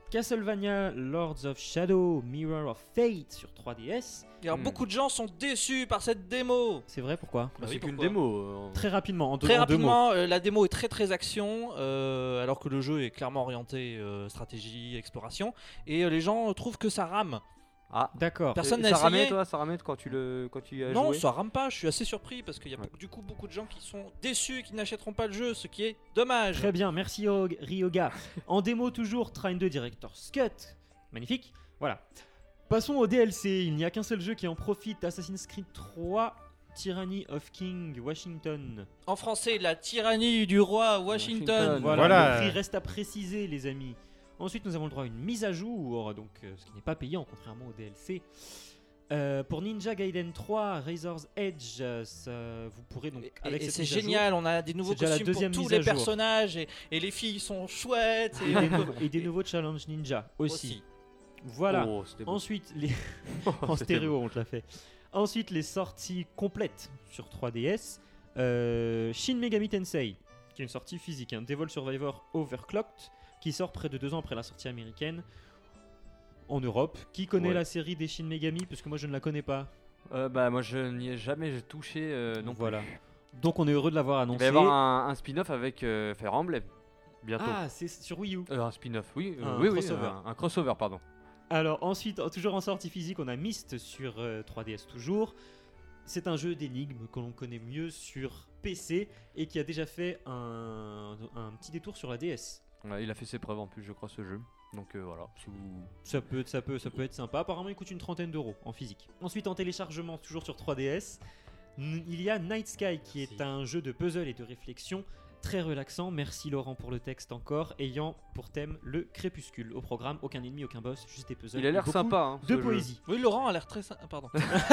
Castlevania Lords of Shadow Mirror of Fate sur trois D S. Et alors Hmm. beaucoup de gens sont déçus par cette démo. C'est vrai, pourquoi? Bah, Bah c'est oui, qu'une pourquoi démo. euh, Très rapidement, en deux, Très en deux mots. rapidement, euh, la démo est très très action, euh, alors que le jeu est clairement orienté euh, stratégie, exploration, et euh, les gens trouvent que ça rame. Ah. D'accord. Personne Et n'a ça ramait, essayé. toi, ça ramait quand tu le, quand tu y as Non, joué. ça rame pas. Je suis assez surpris parce qu'il y a Ouais. beaucoup- du coup beaucoup de gens qui sont déçus, qui n'achèteront pas le jeu, ce qui est dommage. Très bien, merci Ryog- Ryoga. En démo toujours, Train deux Director's Cut. Magnifique. Voilà. Passons au D L C. Il n'y a qu'un seul jeu qui en profite. Assassin's Creed trois, Tyranny of King Washington. En français, la tyrannie du roi Washington. Washington. Voilà, Voilà. le prix reste à préciser, les amis. Ensuite, nous avons le droit à une mise à jour, donc euh, ce qui n'est pas payant, contrairement au D L C. Euh, pour Ninja Gaiden trois, Razor's Edge, euh, ça- vous pourrez donc Et- avec et cette c'est mise à jour- génial, on a des nouveaux C'est déjà la costumes deuxième pour tous mise à les jour. personnages et, et les filles sont chouettes. et, Et des nouveaux, et des nouveaux challenges ninja aussi. aussi. Voilà. Oh, c'était beau. Ensuite, les Oh, en c'était stéréo, on te l'a fait. Ensuite, les sorties complètes sur trois D S. Euh, Shin Megami Tensei, qui est une sortie physique, hein, Devil Survivor Overclocked, qui sort près de deux ans après la sortie américaine en Europe. Qui connaît Ouais. la série des Shin Megami? Parce que moi, je ne la connais pas. Euh, bah moi je n'y ai jamais touché euh, non Donc voilà. plus. Donc on est heureux de l'avoir Il va y annoncé. avoir un, un spin-off avec euh, Fire Emblem bientôt. Ah, c'est sur Wii U. Euh, un spin-off, oui, euh, Un oui, oui, crossover. un, un crossover, pardon. Alors ensuite, en- toujours en sortie physique, on a Myst sur euh, trois D S toujours. C'est un jeu d'énigmes que l'on connaît mieux sur P C et qui a déjà fait un, un petit détour sur la D S. Ouais, il a fait ses preuves en plus, je crois, ce jeu. Donc euh, voilà. Si vous... Ça peut, ça, peut, ça peut être sympa. Apparemment, il coûte une trentaine d'euros en physique. Ensuite, en téléchargement, toujours sur trois D S, n- il y a Night Sky qui est Si. un jeu de puzzle et de réflexion très relaxant. Merci Laurent pour le texte encore, ayant pour thème le crépuscule. Au programme, aucun ennemi, aucun boss, juste des puzzles. Il a et l'air beaucoup sympa. Hein, De ce jeu. poésie. Oui, Laurent a l'air très sympa. Pardon.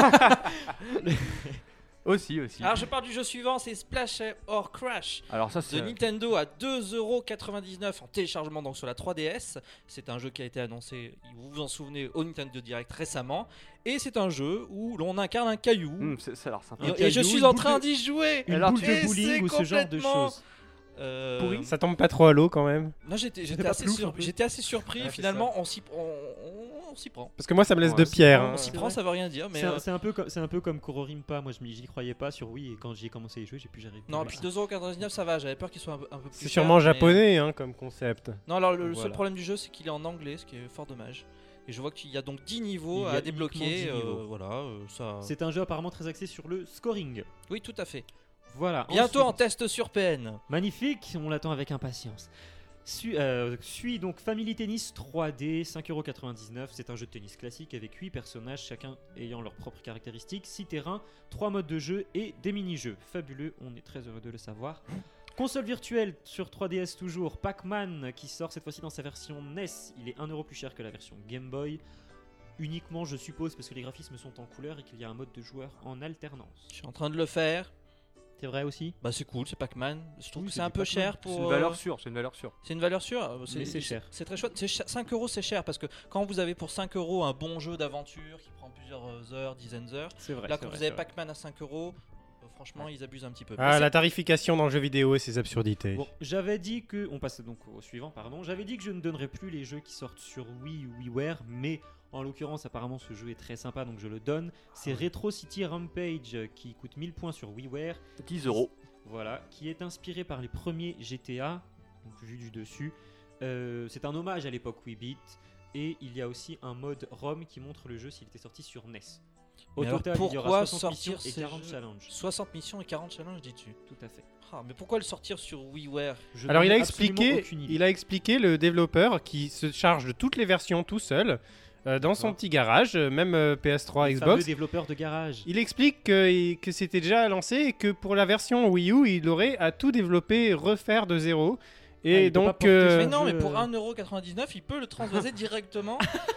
Aussi, aussi. Alors je parle du jeu suivant, c'est Splash or Crash Alors ça de c'est. Nintendo à deux euros quatre-vingt-dix-neuf en téléchargement donc sur la trois D S. C'est un jeu qui a été annoncé, vous vous en souvenez, au Nintendo Direct récemment. Et c'est un jeu où l'on incarne un caillou. Hum, c'est- ça a l'air sympa. Et, Un et je caillou, suis une en boule train de- d'y jouer. Une Alors, boule tu- de Et bowling c'est ou ce genre de complètement, choses. euh, Pourri. Ça tombe pas trop à l'eau quand même. Non, j'étais j'étais pas assez, plouf, sur- un peu j'étais assez surpris. Ah, c'est Finalement, on s'y on, on- on s'y prend. Parce que moi ça me laisse Ouais, de c'est pierre. bon, hein. On s'y c'est prend, vrai. ça veut rien dire. Mais C'est un, euh, c'est un peu comme, c'est un peu comme Kororimpa. Moi, je m'y- j'y croyais pas sur Wii et quand j'y ai commencé à y jouer, j'ai plus j'arrive. non, plus. puis deux euros quatre-vingt-dix-neuf, ça va. J'avais peur qu'il soit un peu, un peu plus C'est cher, sûrement mais- japonais hein, comme concept. Non, alors le, le Voilà. seul problème du jeu, c'est qu'il est en anglais, ce qui est fort dommage. Et je vois qu'il y a donc dix Il niveaux y a à uniquement débloquer. dix euh, niveaux. voilà, euh, ça. C'est un jeu apparemment très axé sur le scoring. Oui, tout à fait. Voilà. Bientôt en Ensuite- test sur P N. Magnifique, on l'attend avec impatience. Su- euh, suit donc Family Tennis trois D, cinq euros quatre-vingt-dix-neuf. C'est un jeu de tennis classique avec huit personnages, chacun ayant leurs propres caractéristiques, six terrains, trois modes de jeu et des mini-jeux. Fabuleux, on est très heureux de le savoir. Console virtuelle sur trois D S toujours, Pac-Man qui sort cette fois-ci dans sa version N E S. Il est un euro plus cher que la version Game Boy. Uniquement, je suppose, parce que les graphismes sont en couleur et qu'il y a un mode de joueur en alternance. Je suis en train de le faire. C'est vrai aussi? Bah, c'est cool, c'est Pac-Man. Je trouve Oui, que c'est c'est un du peu Pac-Man. cher pour. C'est une euh, valeur sûre, c'est une valeur sûre. C'est une valeur sûre. euh, Mais c'est cher. C'est très chouette. C'est ch- cinq euros, c'est cher parce que quand vous avez pour cinq euros un bon jeu d'aventure qui prend plusieurs euh, heures, dizaines d'heures, C'est vrai. là, c'est quand vrai, vous avez c'est vrai. Pac-Man à cinq euros, euh, franchement, ils abusent un petit peu. Ah Mais la tarification dans le jeu vidéo et ses absurdités. Bon, j'avais dit que, on passe donc au suivant, pardon. J'avais dit que je ne donnerais plus les jeux qui sortent sur Wii ou WiiWare, mais en l'occurrence, apparemment, ce jeu est très sympa, donc je le donne. C'est Retro City Rampage euh, qui coûte mille points sur WiiWare. dix euros. Voilà, qui est inspiré par les premiers G T A, donc vu du dessus. Euh, c'est un hommage à l'époque huit bits, et il y a aussi un mode ROM qui montre le jeu s'il était sorti sur N E S. Au Mais alors, total, il y pourquoi aura soixante sortir missions et ces quarante jeux challenges. soixante missions et quarante challenges, dis-tu. Tout à fait. Ah, mais pourquoi le sortir sur WiiWare? Je Alors n'en il a ai absolument expliqué, aucune idée. il a expliqué le développeur qui se charge de toutes les versions tout seul euh, dans son D'accord. petit garage, euh, même euh, P S trois, Les fameux Xbox. développeurs de garage. Il explique que, que c'était déjà lancé et que pour la version Wii U, il aurait à tout développer, refaire de zéro. Ah, Et il peut pas donc, porter euh, Mais non, mais jeu, pour euh, un euro quatre-vingt-dix-neuf, il peut le transvaser directement.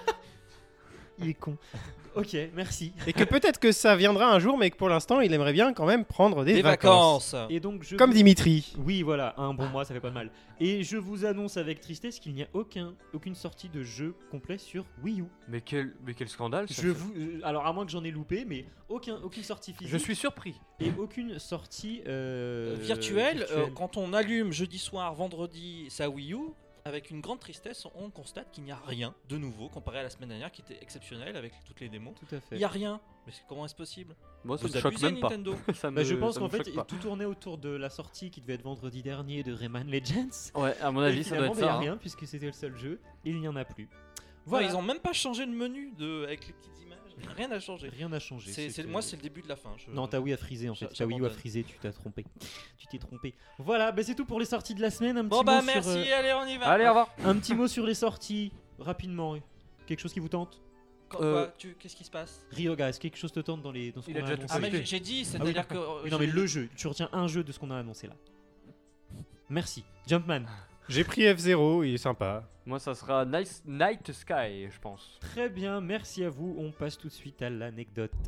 Il est con. Ok, merci. et que peut-être que ça viendra un jour, mais que pour l'instant, il aimerait bien quand même prendre des, Des vacances. vacances. Et donc je Comme vous- Dimitri. Oui, voilà, un bon mois, ça fait pas de mal. Et je vous annonce avec tristesse qu'il n'y a aucun, aucune sortie de jeu complet sur Wii U. Mais quel, mais quel scandale. ça, Je ça. vous, euh, alors à moins que j'en ai loupé, mais aucun, aucune sortie physique. Je suis surpris. Et aucune sortie euh, Euh, virtuel, euh, virtuelle. quand on allume jeudi soir, vendredi sa Wii U, avec une grande tristesse, on constate qu'il n'y a rien de nouveau comparé à la semaine dernière qui était exceptionnelle avec toutes les démos. Tout à fait. Il n'y a rien. Mais c'est- comment est-ce possible? Moi, ça Vous me choque abusez, même pas. Nintendo. Ça me- Bah, je pense ça qu'en me fait, choque pas. tout tournait autour de la sortie qui devait être vendredi dernier de Rayman Legends. Ouais, à mon Et avis, ça doit finalement, être bah, y ça. a hein. rien puisque c'était le seul jeu. Il n'y en a plus. Voilà. Voilà. Ils ont même pas changé le menu de... avec les petites images. Rien n'a changé. Rien n'a changé. C'est, c'est- c'était- moi, c'est le début de la fin. Je- Non, ta Wii a frisé en fait. J'a- Ta Wii U a j'abandonne. frisé, tu t'as trompé. Tu t'es trompé. Voilà, bah, c'est tout pour les sorties de la semaine. Un petit Bon bah mot merci, sur, euh, allez on y va. Allez, au revoir. un petit mot sur les sorties rapidement. Quelque chose qui vous tente? Quoi, Euh, quoi, tu- qu'est-ce qui se passe? Ryoga, est-ce que quelque chose te tente dans les dans ce Il qu'on a a déjà annoncé? tout Ah mais fait. j'ai- j'ai dit, Ah oui, c'est-à-dire que... Oui, non mais le jeu, tu retiens un jeu de ce qu'on a annoncé là. Merci. Jumpman. J'ai pris F zéro, il est sympa. Moi, ça sera Nice Night Sky, je pense. Très bien, merci à vous. On passe tout de suite à l'anecdote.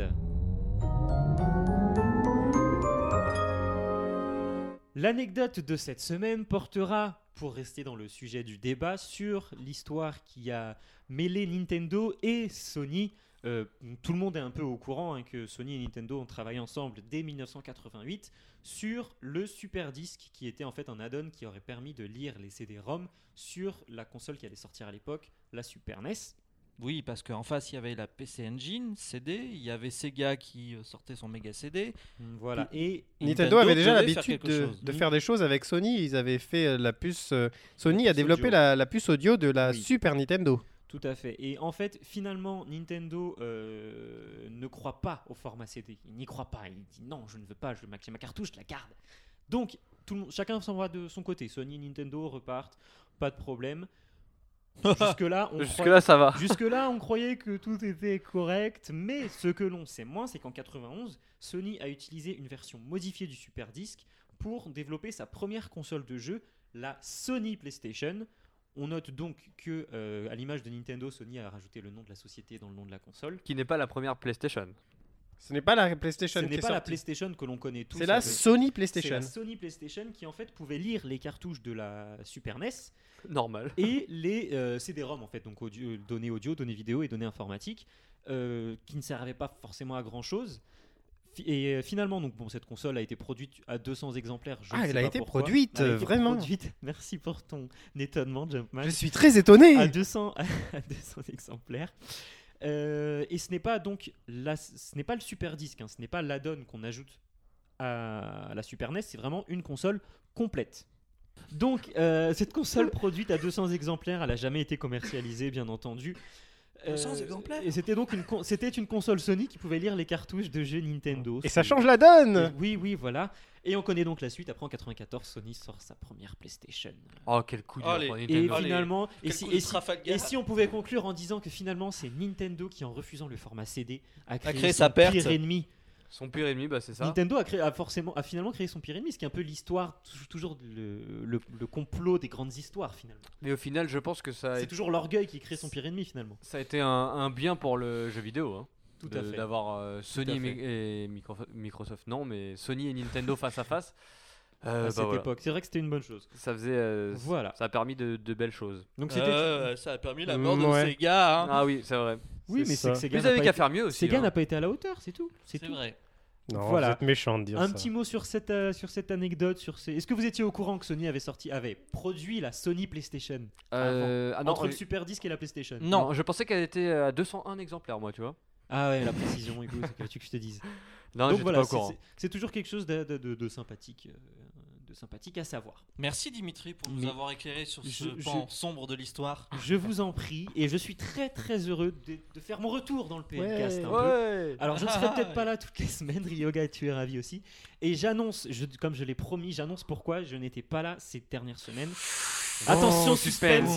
L'anecdote de cette semaine portera, pour rester dans le sujet du débat, sur l'histoire qui a mêlé Nintendo et Sony. Euh, tout le monde est un peu au courant hein, que Sony et Nintendo ont travaillé ensemble dès dix-neuf cent quatre-vingt-huit sur le Super Disc, qui était en fait un add-on qui aurait permis de lire les C D-ROM sur la console qui allait sortir à l'époque, la Super N E S. Oui, parce qu'en face, il y avait la P C Engine, C D, il y avait Sega qui euh, sortait son Mega C D. Voilà. Et Et Nintendo avait déjà devait faire l'habitude quelque de, chose. de faire des choses avec Sony. Ils avaient fait euh, la puce. euh, Sony a puce développé audio. la, la puce audio de la Oui. Super Nintendo. tout à fait. Et en fait, finalement, Nintendo euh, ne croit pas au format C D. Il n'y croit pas. Il dit non, je ne veux pas. Je veux ma, ma cartouche, je la garde. Donc, tout le monde- chacun s'en va de son côté. Sony et Nintendo repartent. Pas de problème. Jusque-là, on Jusque croit- là, ça va. Jusque-là, on croyait que tout était correct, mais ce que l'on sait moins, c'est qu'en quatre-vingt-onze, Sony a utilisé une version modifiée du Super Disc pour développer sa première console de jeu, la Sony PlayStation. On note donc que, euh, à l'image de Nintendo, Sony a rajouté le nom de la société dans le nom de la console. Qui n'est pas la première PlayStation. Ce n'est pas la PlayStation Ce qui n'est est pas la sortie. PlayStation que l'on connaît tous. C'est la avec- Sony c'est PlayStation. la Sony PlayStation qui en fait pouvait lire les cartouches de la Super N E S Normal. et les euh, C D-ROM en fait, donc audio, données audio, données vidéo et données informatiques, euh, qui ne servaient pas forcément à grand chose. Et euh, finalement, donc bon, cette console a été produite à deux cents exemplaires. je ne Ah, sais elle a pas été pourquoi. produite, Elle a été vraiment. produite. Merci pour ton étonnement, Jumpman. Je suis très étonné. À deux cents, à deux cents exemplaires. Euh, et ce n'est pas donc la, ce n'est pas le Super Disc, hein, ce n'est pas l'add-on qu'on ajoute à la Super N E S, c'est vraiment une console complète. Donc euh, cette console produite à deux cents exemplaires, elle n'a jamais été commercialisée bien entendu. deux cents exemplaires Et c'était donc une, con- c'était une console Sony qui pouvait lire les cartouches de jeux Nintendo. Et ça C'est- change la donne. Et oui, oui, voilà. Et on connaît donc la suite. Après en quatre-vingt-quatorze, Sony sort sa première PlayStation. Oh, quel coup dur Allez. pour Et Nintendo. Allez, finalement, et Quel si, coup et de si- Trafalgar. et si on pouvait conclure en disant que finalement c'est Nintendo qui, en refusant le format C D, a créé, créé son sa perte. pire ennemi. Son pire ennemi, bah c'est ça. Nintendo a, créé, a, forcément, a finalement créé son pire ennemi, ce qui est un peu l'histoire, tou- toujours le, le- le complot des grandes histoires finalement. Mais au final, je pense que ça a, C'est été, toujours l'orgueil qui crée son pire ennemi finalement. ça a été un, un bien pour le jeu vidéo. Hein, Tout de- à fait. D'avoir euh, Sony à et, mi- fait. et Micro- Microsoft, non, mais Sony et Nintendo face à face. Euh, à bah cette voilà. époque, c'est vrai que c'était une bonne chose. Ça faisait. euh, Voilà. Ça a permis de, de belles choses. Donc c'était. Euh, ça a permis la mort de Mm, ouais. Sega. hein. Ah oui, c'est vrai. oui, c'est mais c'est ça. que Sega Vous n'a avez pas qu'à été- faire mieux aussi. Sega hein. n'a pas été à la hauteur, c'est tout. C'est C'est tout. vrai. Non, Voilà. vous êtes méchant de dire Un ça. petit mot sur cette, euh, sur cette anecdote. Sur ces... Est-ce que vous étiez au courant que Sony avait, sorti, avait produit la Sony PlayStation Euh, ah non, entre euh, le Super Disc et la PlayStation? Non. je pensais qu'elle était à deux cent un exemplaires, moi, tu vois. Ah ouais, la précision, écoute, c'est que tu que je te dise. Non, Donc j'étais voilà, pas au c'est- courant. c'est- c'est toujours quelque chose de, de- de- de sympathique, euh, de sympathique à savoir. Merci Dimitri pour nous Mais- avoir éclairé sur ce Je- pan je- sombre de l'histoire. Je vous en prie, et je suis très très heureux de, de faire mon retour dans le P N Cast. Ouais. un peu. Ouais. Alors je ne Ah, serai peut-être ouais. pas là toutes les semaines, Ryoga, tu es ravi aussi. Et j'annonce, je- comme je l'ai promis, j'annonce pourquoi je n'étais pas là ces dernières semaines. Attention, suspense.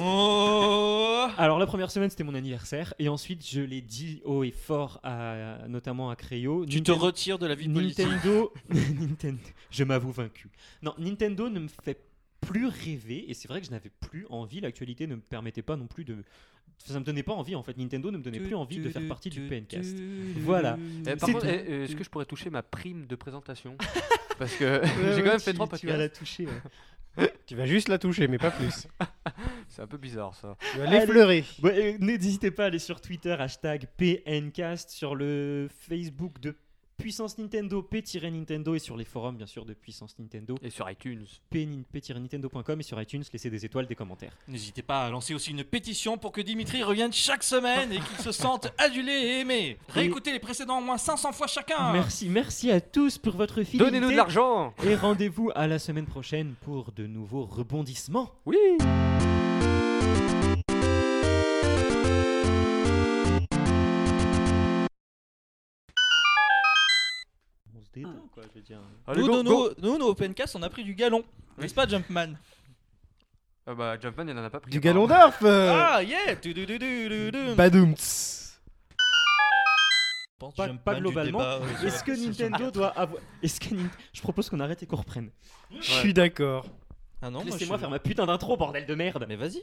Oh Alors la première semaine c'était mon anniversaire, et ensuite je l'ai dit haut et fort, à, notamment à Créo. tu te retires de la vie politique. Nintendo, Nintendo, je m'avoue vaincu. Non, Nintendo ne me fait plus rêver, et c'est vrai que je n'avais plus envie. L'actualité ne me permettait pas non plus de. Ça me donnait pas envie en fait. Nintendo ne me donnait plus envie de faire partie du P N Cast. Voilà. Eh, par C'est contre, tout. eh, euh, est-ce que je pourrais toucher ma prime de présentation? Parce que Ouais, j'ai ouais, quand même tu- fait trois Tu vas la podcasts. toucher. ouais. Tu vas juste la toucher, mais pas plus. C'est un peu bizarre ça. Tu vas Allez. l'effleurer. Bon, euh, n'hésitez pas à aller sur Twitter, hashtag P N Cast, sur le Facebook de Puissance Nintendo, P-Nintendo, et sur les forums, bien sûr, de Puissance Nintendo, Et sur iTunes. P Nintendo point com, et sur iTunes, laissez des étoiles, des commentaires. N'hésitez pas à lancer aussi une pétition pour que Dimitri revienne chaque semaine et qu'il se sente adulé et aimé. Réécoutez les précédents au moins cinq cents fois chacun. Merci, merci à tous pour votre fidélité. Donnez-nous de l'argent. Et rendez-vous à la semaine prochaine pour de nouveaux rebondissements. Oui. On se détend, quoi, je veux dire. Allez, Nous, go, nous, go. nous, nous, au Opencast, on a pris du galon. N'est-ce pas, Jumpman? Ah bah Jumpman il en a pas pris. Du galon d'orf euh. Ah, yeah. Du, du, du, du, du, du. Badoumts. Pense Pas, Jumpman pas du globalement. débat, euh, sur Est-ce la que PlayStation Nintendo quatre. doit avoir. Est-ce que Nin- Je propose qu'on arrête et qu'on reprenne. Je suis d'accord. Ah non, moi, Laissez-moi je- faire ma putain d'intro, bordel de merde. Mais vas-y.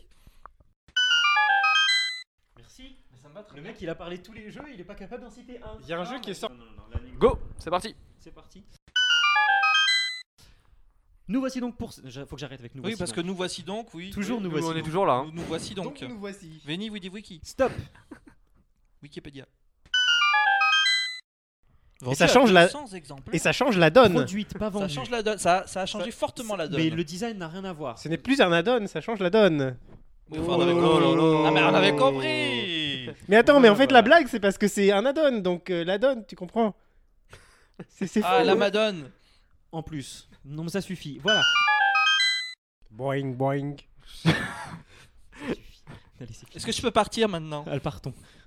Merci. Le mec, il a parlé de tous les jeux, il est pas capable d'en citer un. Il y a un jeu Ah, qui est sorti. non, non, non, là, les- Go, c'est parti. C'est parti. Nous voici donc pour. Faut que j'arrête avec nous. Oui, voici parce donc. que nous voici donc, oui. Toujours nous Nous, voici. on est donc. toujours là. hein. Nous, nous voici donc. Donc nous voici. Veni, Vidi, Wiki. Stop. Wikipédia. Et ça change la- deux cents exemplaires. Et ça change la donne. Produite, pas Ça vendue. change la donne. Ça, ça a changé Ça- fortement la donne. Mais le design n'a rien à voir. Ce n'est plus un add-on, ça change la donne. Oui, enfin, on avait Oh compris. là là. Ah, mais on avait compris. Mais attends, mais en fait Voilà. la blague c'est parce que c'est un add-on, donc euh, l'add-on, tu comprends? C'est c'est Ah, fou. la Madone. En plus. Non, mais ça suffit. Voilà. Boing boing. Ça suffit. Allez, c'est fini. Est-ce que je peux partir maintenant? Allez, partons.